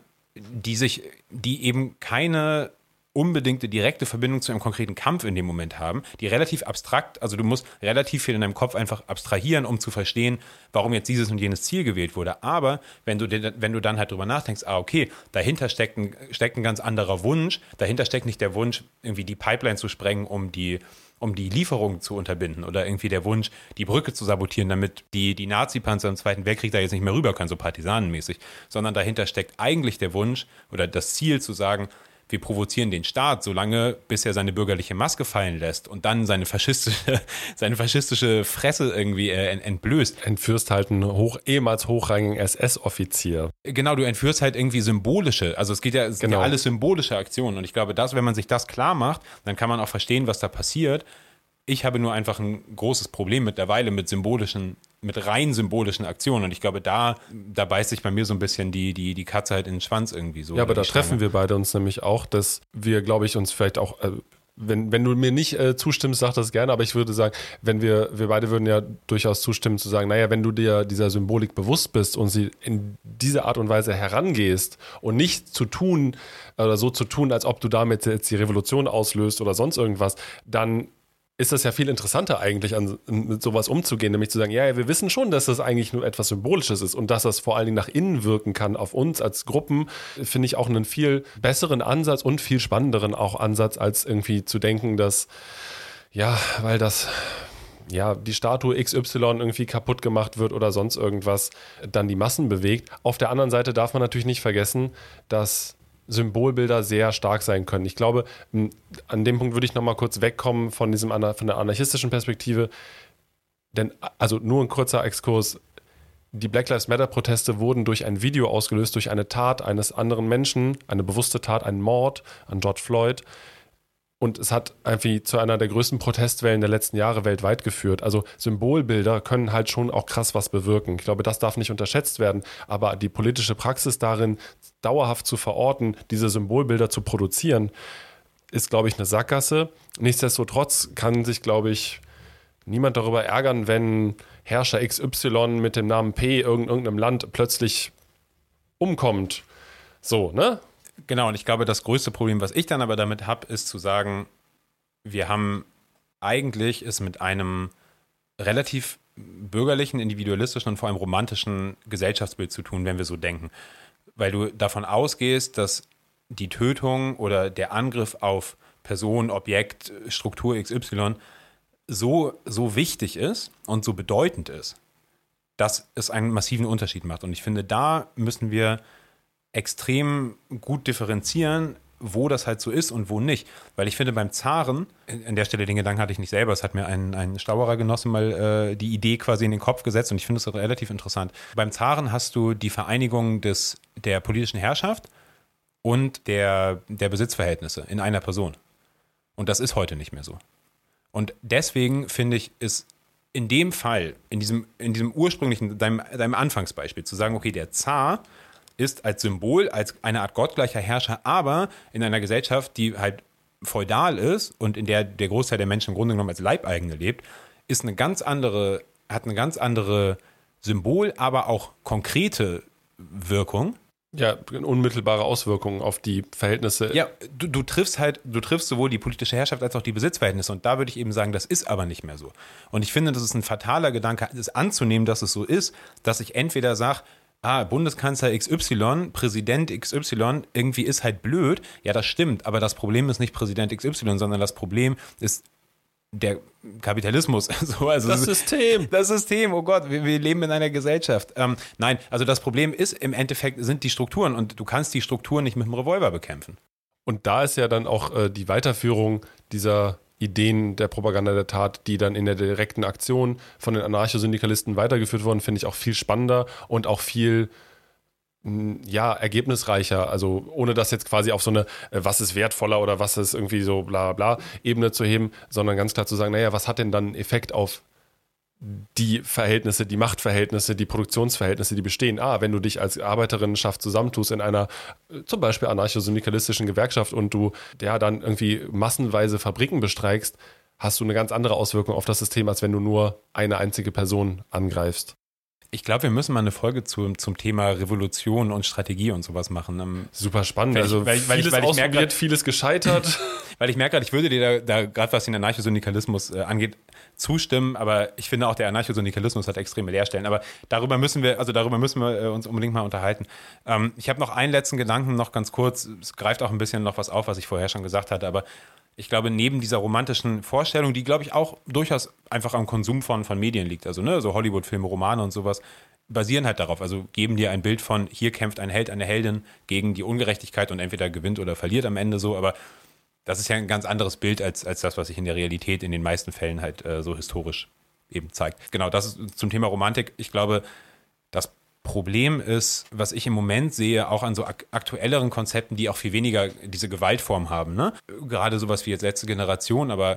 die eben keine unbedingte direkte Verbindung zu einem konkreten Kampf in dem Moment haben, die relativ abstrakt, also du musst relativ viel in deinem Kopf einfach abstrahieren, um zu verstehen, warum jetzt dieses und jenes Ziel gewählt wurde. Aber wenn du dann halt drüber nachdenkst, okay, dahinter steckt ein ganz anderer Wunsch, dahinter steckt nicht der Wunsch, irgendwie die Pipeline zu sprengen, um die Lieferungen zu unterbinden oder irgendwie der Wunsch, die Brücke zu sabotieren, damit die Nazi-Panzer im Zweiten Weltkrieg da jetzt nicht mehr rüber können, so partisanenmäßig, sondern dahinter steckt eigentlich der Wunsch oder das Ziel zu sagen, wir provozieren den Staat, solange bis er seine bürgerliche Maske fallen lässt und dann seine faschistische Fresse irgendwie entblößt. Entführst halt einen ehemals hochrangigen SS-Offizier. Genau, du entführst halt irgendwie symbolische, also es sind ja alles symbolische Aktionen und ich glaube, wenn man sich das klar macht, dann kann man auch verstehen, was da passiert. Ich habe nur einfach ein großes Problem mittlerweile mit rein symbolischen Aktionen. Und ich glaube, da beißt sich bei mir so ein bisschen die Katze halt in den Schwanz irgendwie so. Ja, aber da treffen wir beide uns nämlich auch, dass wir, glaube ich, uns vielleicht auch wenn du mir nicht zustimmst, sag das gerne, aber ich würde sagen, wir beide würden ja durchaus zustimmen zu sagen, naja, wenn du dir dieser Symbolik bewusst bist und sie in diese Art und Weise herangehst und nicht zu tun oder so zu tun, als ob du damit jetzt die Revolution auslöst oder sonst irgendwas, dann ist das ja viel interessanter eigentlich, mit sowas umzugehen, nämlich zu sagen, ja, wir wissen schon, dass das eigentlich nur etwas Symbolisches ist und dass das vor allen Dingen nach innen wirken kann auf uns als Gruppen, finde ich auch einen viel besseren Ansatz und viel spannenderen auch Ansatz, als irgendwie zu denken, dass, ja, weil das, ja, die Statue XY irgendwie kaputt gemacht wird oder sonst irgendwas, dann die Massen bewegt. Auf der anderen Seite darf man natürlich nicht vergessen, dass Symbolbilder sehr stark sein können. Ich glaube, an dem Punkt würde ich nochmal kurz wegkommen von der anarchistischen Perspektive, denn, also nur ein kurzer Exkurs, die Black Lives Matter Proteste wurden durch ein Video ausgelöst, durch eine Tat eines anderen Menschen, eine bewusste Tat, einen Mord an George Floyd. Und es hat irgendwie zu einer der größten Protestwellen der letzten Jahre weltweit geführt. Also Symbolbilder können halt schon auch krass was bewirken. Ich glaube, das darf nicht unterschätzt werden. Aber die politische Praxis darin, dauerhaft zu verorten, diese Symbolbilder zu produzieren, ist, glaube ich, eine Sackgasse. Nichtsdestotrotz kann sich, glaube ich, niemand darüber ärgern, wenn Herrscher XY mit dem Namen P irgendeinem Land plötzlich umkommt. So, ne? Genau, und ich glaube, das größte Problem, was ich dann aber damit habe, ist zu sagen, wir haben eigentlich es mit einem relativ bürgerlichen, individualistischen und vor allem romantischen Gesellschaftsbild zu tun, wenn wir so denken. Weil du davon ausgehst, dass die Tötung oder der Angriff auf Person, Objekt, Struktur XY so wichtig ist und so bedeutend ist, dass es einen massiven Unterschied macht. Und ich finde, da müssen wir extrem gut differenzieren, wo das halt so ist und wo nicht. Weil ich finde, beim Zaren, an der Stelle den Gedanken hatte ich nicht selber, es hat mir ein Stauerer Genosse mal die Idee quasi in den Kopf gesetzt und ich finde es relativ interessant. Beim Zaren hast du die Vereinigung der politischen Herrschaft und der Besitzverhältnisse in einer Person. Und das ist heute nicht mehr so. Und deswegen finde ich, ist in dem Fall, in diesem ursprünglichen, deinem Anfangsbeispiel, zu sagen, okay, der Zar ist als Symbol, als eine Art gottgleicher Herrscher, aber in einer Gesellschaft, die halt feudal ist und in der der Großteil der Menschen im Grunde genommen als Leibeigene lebt, hat eine ganz andere Symbol, aber auch konkrete Wirkung. Ja, unmittelbare Auswirkungen auf die Verhältnisse. Ja, du triffst sowohl die politische Herrschaft als auch die Besitzverhältnisse und da würde ich eben sagen, das ist aber nicht mehr so. Und ich finde, das ist ein fataler Gedanke, es anzunehmen, dass es so ist, dass ich entweder sage, Bundeskanzler XY, Präsident XY, irgendwie ist halt blöd. Ja, das stimmt, aber das Problem ist nicht Präsident XY, sondern das Problem ist der Kapitalismus. Also das System. Das System, oh Gott, wir leben in einer Gesellschaft. Nein, also das Problem ist im Endeffekt sind die Strukturen und du kannst die Strukturen nicht mit dem Revolver bekämpfen. Und da ist ja dann auch die Weiterführung dieser Ideen der Propaganda der Tat, die dann in der direkten Aktion von den Anarchosyndikalisten weitergeführt wurden, finde ich auch viel spannender und auch viel ergebnisreicher. Also ohne das jetzt quasi auf so eine was ist wertvoller oder was ist irgendwie so bla bla Ebene zu heben, sondern ganz klar zu sagen, naja, was hat denn dann Effekt auf die Verhältnisse, die Machtverhältnisse, die Produktionsverhältnisse, die bestehen. Wenn du dich als Arbeiterinnenschaft zusammentust in einer zum Beispiel anarcho-syndikalistischen Gewerkschaft und du dann irgendwie massenweise Fabriken bestreikst, hast du eine ganz andere Auswirkung auf das System, als wenn du nur eine einzige Person angreifst. Ich glaube, wir müssen mal eine Folge zum Thema Revolution und Strategie und sowas machen. Super spannend. Weil vieles ausprobiert, vieles gescheitert. Weil ich merke gerade, ich würde dir da gerade was den Anarchosyndikalismus angeht, zustimmen, aber ich finde auch, der Anarchosyndikalismus hat extreme Leerstellen. Aber darüber müssen wir uns unbedingt mal unterhalten. Ich habe noch einen letzten Gedanken, noch ganz kurz. Es greift auch ein bisschen noch was auf, was ich vorher schon gesagt hatte, aber ich glaube, neben dieser romantischen Vorstellung, die, glaube ich, auch durchaus einfach am Konsum von Medien liegt, also so Hollywood-Filme, Romane und sowas, basieren halt darauf, also geben dir ein Bild von, hier kämpft ein Held, eine Heldin gegen die Ungerechtigkeit und entweder gewinnt oder verliert am Ende so, aber das ist ja ein ganz anderes Bild als das, was sich in der Realität in den meisten Fällen halt so historisch eben zeigt. Genau, das ist zum Thema Romantik. Ich glaube, das Problem ist, was ich im Moment sehe, auch an so aktuelleren Konzepten, die auch viel weniger diese Gewaltform haben, ne? Gerade sowas wie jetzt letzte Generation, aber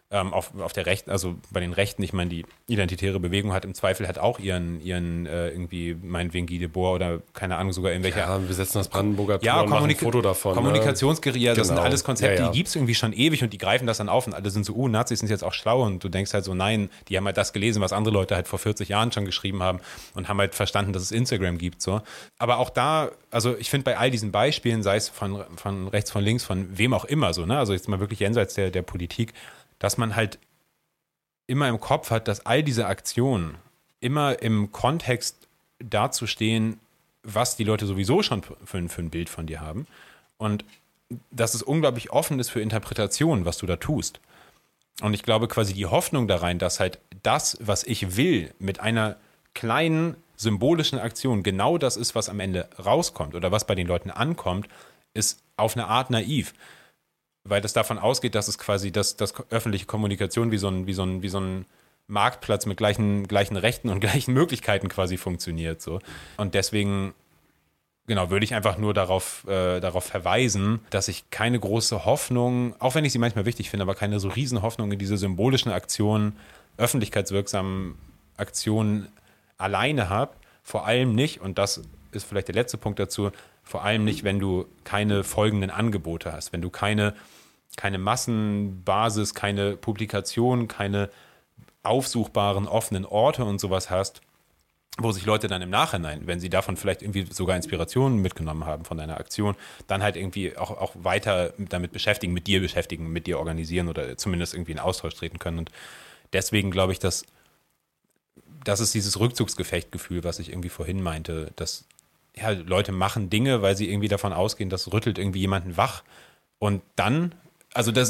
auf der Rechten, also bei den Rechten, ich meine, die identitäre Bewegung hat im Zweifel auch ihren irgendwie, meinetwegen Guy Debord oder keine Ahnung, sogar irgendwelche. Ja, wir setzen das Brandenburger Tor und machen ein Foto davon. Kommunikationsguerilla, das sind alles Konzepte, Ja. die gibt es irgendwie schon ewig und die greifen das dann auf und alle sind so, Nazis sind jetzt auch schlau und du denkst halt so, nein, die haben halt das gelesen, was andere Leute halt vor 40 Jahren schon geschrieben haben und haben halt verstanden, dass es Instagram gibt, so. Aber auch da, also ich finde bei all diesen Beispielen, sei es von rechts, von links, von wem auch immer so, ne, also jetzt mal wirklich jenseits der Politik, dass man halt immer im Kopf hat, dass all diese Aktionen immer im Kontext dazu stehen, was die Leute sowieso schon für ein Bild von dir haben. Und dass es unglaublich offen ist für Interpretationen, was du da tust. Und ich glaube quasi die Hoffnung da rein, dass halt das, was ich will, mit einer kleinen symbolischen Aktion genau das ist, was am Ende rauskommt oder was bei den Leuten ankommt, ist auf eine Art naiv. Weil das davon ausgeht, dass es quasi dass öffentliche Kommunikation wie so ein Marktplatz mit gleichen Rechten und gleichen Möglichkeiten quasi funktioniert. So. Und deswegen, genau, würde ich einfach nur darauf verweisen, dass ich keine große Hoffnung, auch wenn ich sie manchmal wichtig finde, aber keine so riesen Hoffnung in diese symbolischen Aktionen, öffentlichkeitswirksamen Aktionen alleine habe. Vor allem nicht, und das ist vielleicht der letzte Punkt dazu, vor allem nicht, wenn du keine folgenden Angebote hast, wenn du keine Massenbasis, keine Publikation, keine aufsuchbaren offenen Orte und sowas hast, wo sich Leute dann im Nachhinein, wenn sie davon vielleicht irgendwie sogar Inspirationen mitgenommen haben von deiner Aktion, dann halt irgendwie auch weiter damit beschäftigen, mit dir organisieren oder zumindest irgendwie in Austausch treten können. Und deswegen glaube ich, dass das ist dieses Rückzugsgefechtgefühl, was ich irgendwie vorhin meinte, dass ja, Leute machen Dinge, weil sie irgendwie davon ausgehen, das rüttelt irgendwie jemanden wach. Und dann, also da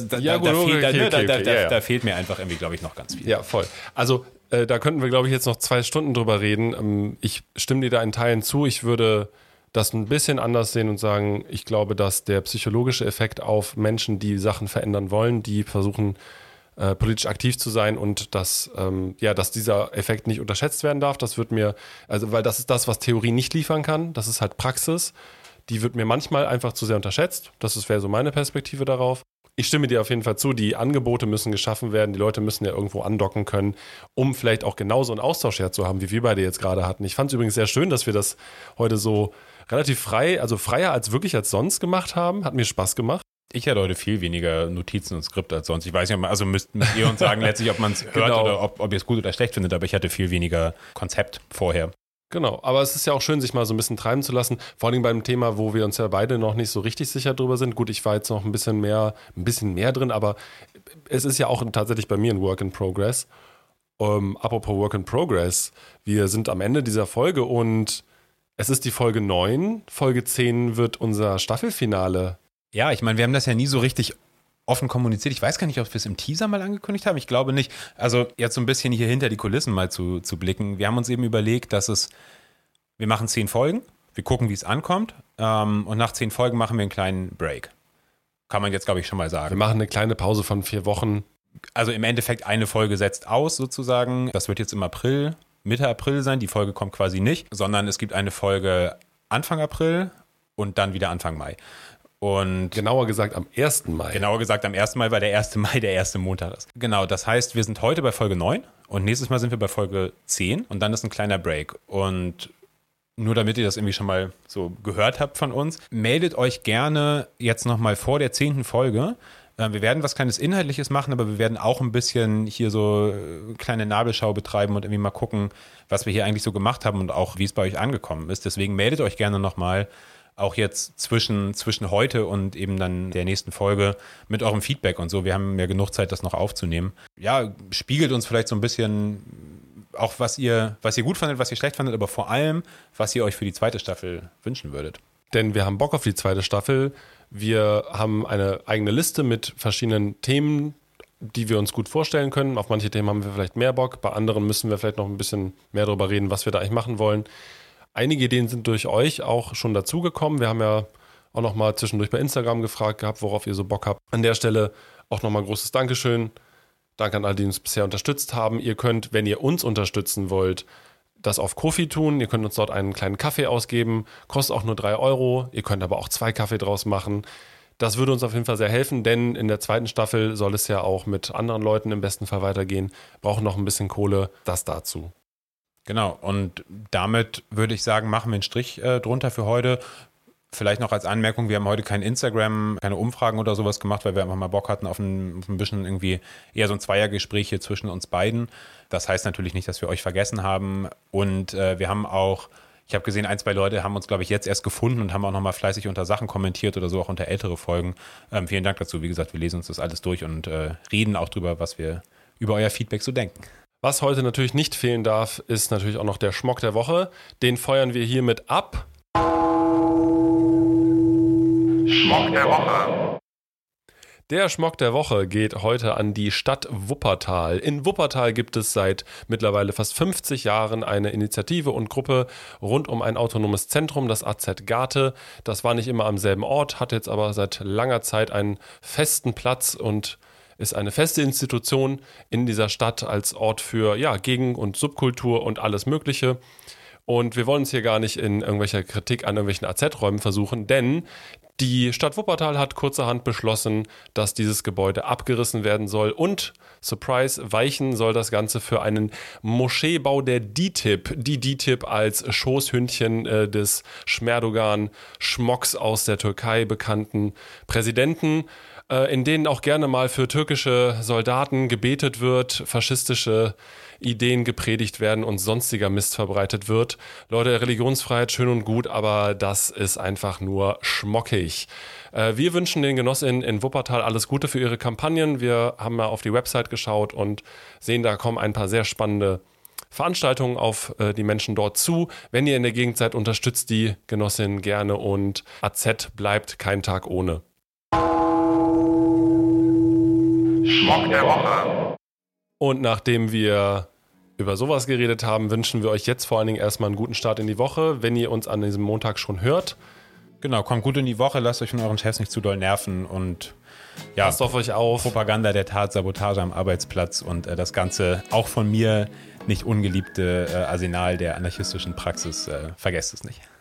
fehlt mir einfach irgendwie, glaube ich, noch ganz viel. Ja, voll. Also da könnten wir, glaube ich, jetzt noch 2 Stunden drüber reden. Ich stimme dir da in Teilen zu. Ich würde das ein bisschen anders sehen und sagen, ich glaube, dass der psychologische Effekt auf Menschen, die Sachen verändern wollen, die versuchen, politisch aktiv zu sein und dass dieser Effekt nicht unterschätzt werden darf. Das wird mir, also weil das ist das, was Theorie nicht liefern kann. Das ist halt Praxis. Die wird mir manchmal einfach zu sehr unterschätzt. Wäre so meine Perspektive darauf. Ich stimme dir auf jeden Fall zu, die Angebote müssen geschaffen werden, die Leute müssen ja irgendwo andocken können, um vielleicht auch genauso einen Austausch herzuhaben, wie wir beide jetzt gerade hatten. Ich fand es übrigens sehr schön, dass wir das heute so relativ frei, also freier als sonst gemacht haben. Hat mir Spaß gemacht. Ich hatte heute viel weniger Notizen und Skript als sonst. Ich weiß nicht, also müsst ihr uns sagen letztlich, ob man es hört Genau. oder ob ihr es gut oder schlecht findet, aber ich hatte viel weniger Konzept vorher. Genau, aber es ist ja auch schön, sich mal so ein bisschen treiben zu lassen, vor allem beim Thema, wo wir uns ja beide noch nicht so richtig sicher drüber sind. Gut, ich war jetzt noch ein bisschen mehr drin, aber es ist ja auch tatsächlich bei mir ein Work in Progress. Apropos Work in Progress, wir sind am Ende dieser Folge und es ist die Folge 9. Folge 10 wird unser Staffelfinale. Ja, ich meine, wir haben das ja nie so richtig offen kommuniziert. Ich weiß gar nicht, ob wir es im Teaser mal angekündigt haben. Ich glaube nicht. Also jetzt so ein bisschen hier hinter die Kulissen mal zu blicken. Wir haben uns eben überlegt, wir machen 10 Folgen, wir gucken, wie es ankommt und nach 10 Folgen machen wir einen kleinen Break. Kann man jetzt, glaube ich, schon mal sagen. Wir machen eine kleine Pause von 4 Wochen. Also im Endeffekt eine Folge setzt aus sozusagen. Das wird jetzt im April, Mitte April sein. Die Folge kommt quasi nicht, sondern es gibt eine Folge Anfang April und dann wieder Anfang Mai. Und genauer gesagt am 1. Mai. Genauer gesagt am 1. Mai, weil der 1. Mai der erste Montag ist. Genau, das heißt, wir sind heute bei Folge 9 und nächstes Mal sind wir bei Folge 10 und dann ist ein kleiner Break. Und nur damit ihr das irgendwie schon mal so gehört habt von uns, meldet euch gerne jetzt nochmal vor der 10. Folge. Wir werden was kleines Inhaltliches machen, aber wir werden auch ein bisschen hier so kleine Nabelschau betreiben und irgendwie mal gucken, was wir hier eigentlich so gemacht haben und auch, wie es bei euch angekommen ist. Deswegen meldet euch gerne nochmal. Auch jetzt zwischen heute und eben dann der nächsten Folge mit eurem Feedback und so. Wir haben ja genug Zeit, das noch aufzunehmen. Ja, spiegelt uns vielleicht so ein bisschen auch, was ihr gut fandet, was ihr schlecht fandet, aber vor allem, was ihr euch für die zweite Staffel wünschen würdet. Denn wir haben Bock auf die zweite Staffel. Wir haben eine eigene Liste mit verschiedenen Themen, die wir uns gut vorstellen können. Auf manche Themen haben wir vielleicht mehr Bock, bei anderen müssen wir vielleicht noch ein bisschen mehr darüber reden, was wir da eigentlich machen wollen. Einige Ideen sind durch euch auch schon dazugekommen. Wir haben ja auch noch mal zwischendurch bei Instagram gefragt gehabt, worauf ihr so Bock habt. An der Stelle auch noch mal großes Dankeschön. Danke an alle, die uns bisher unterstützt haben. Ihr könnt, wenn ihr uns unterstützen wollt, das auf Ko-fi tun. Ihr könnt uns dort einen kleinen Kaffee ausgeben. Kostet auch nur 3 €. Ihr könnt aber auch 2 Kaffee draus machen. Das würde uns auf jeden Fall sehr helfen, denn in der zweiten Staffel soll es ja auch mit anderen Leuten im besten Fall weitergehen. Brauchen noch ein bisschen Kohle, das dazu. Genau, und damit würde ich sagen, machen wir einen Strich drunter für heute. Vielleicht noch als Anmerkung, wir haben heute kein Instagram, keine Umfragen oder sowas gemacht, weil wir einfach mal Bock hatten auf ein bisschen irgendwie eher so ein Zweiergespräch hier zwischen uns beiden. Das heißt natürlich nicht, dass wir euch vergessen haben. Und wir haben auch, ich habe gesehen, 1, 2 Leute haben uns, glaube ich, jetzt erst gefunden und haben auch nochmal fleißig unter Sachen kommentiert oder so, auch unter ältere Folgen. Vielen Dank dazu. Wie gesagt, wir lesen uns das alles durch und reden auch drüber, was wir über euer Feedback so denken. Was heute natürlich nicht fehlen darf, ist natürlich auch noch der Schmock der Woche. Den feuern wir hiermit ab. Schmock der Woche. Der Schmock der Woche geht heute an die Stadt Wuppertal. In Wuppertal gibt es seit mittlerweile fast 50 Jahren eine Initiative und Gruppe rund um ein autonomes Zentrum, das AZ Garte. Das war nicht immer am selben Ort, hat jetzt aber seit langer Zeit einen festen Platz und ist eine feste Institution in dieser Stadt als Ort für Gegen- und Subkultur und alles Mögliche. Und wir wollen uns hier gar nicht in irgendwelcher Kritik an irgendwelchen AZ-Räumen versuchen, denn die Stadt Wuppertal hat kurzerhand beschlossen, dass dieses Gebäude abgerissen werden soll und, Surprise, weichen soll das Ganze für einen Moscheebau der DİTİB. Die DİTİB als Schoßhündchen des Schmerdogan-Schmocks aus der Türkei bekannten Präsidenten, in denen auch gerne mal für türkische Soldaten gebetet wird, faschistische Ideen gepredigt werden und sonstiger Mist verbreitet wird. Leute, Religionsfreiheit schön und gut, aber das ist einfach nur schmockig. Wir wünschen den Genossinnen in Wuppertal alles Gute für ihre Kampagnen. Wir haben mal auf die Website geschaut und sehen, da kommen ein paar sehr spannende Veranstaltungen auf die Menschen dort zu. Wenn ihr in der Gegend seid, unterstützt die Genossinnen gerne und AZ bleibt kein Tag ohne. Schmock der Woche. Und nachdem wir über sowas geredet haben, wünschen wir euch jetzt vor allen Dingen erstmal einen guten Start in die Woche, wenn ihr uns an diesem Montag schon hört. Genau, kommt gut in die Woche, lasst euch von euren Chefs nicht zu doll nerven und passt auf euch auf. Propaganda der Tat, Sabotage am Arbeitsplatz und das Ganze auch von mir nicht ungeliebte Arsenal der anarchistischen Praxis, vergesst es nicht.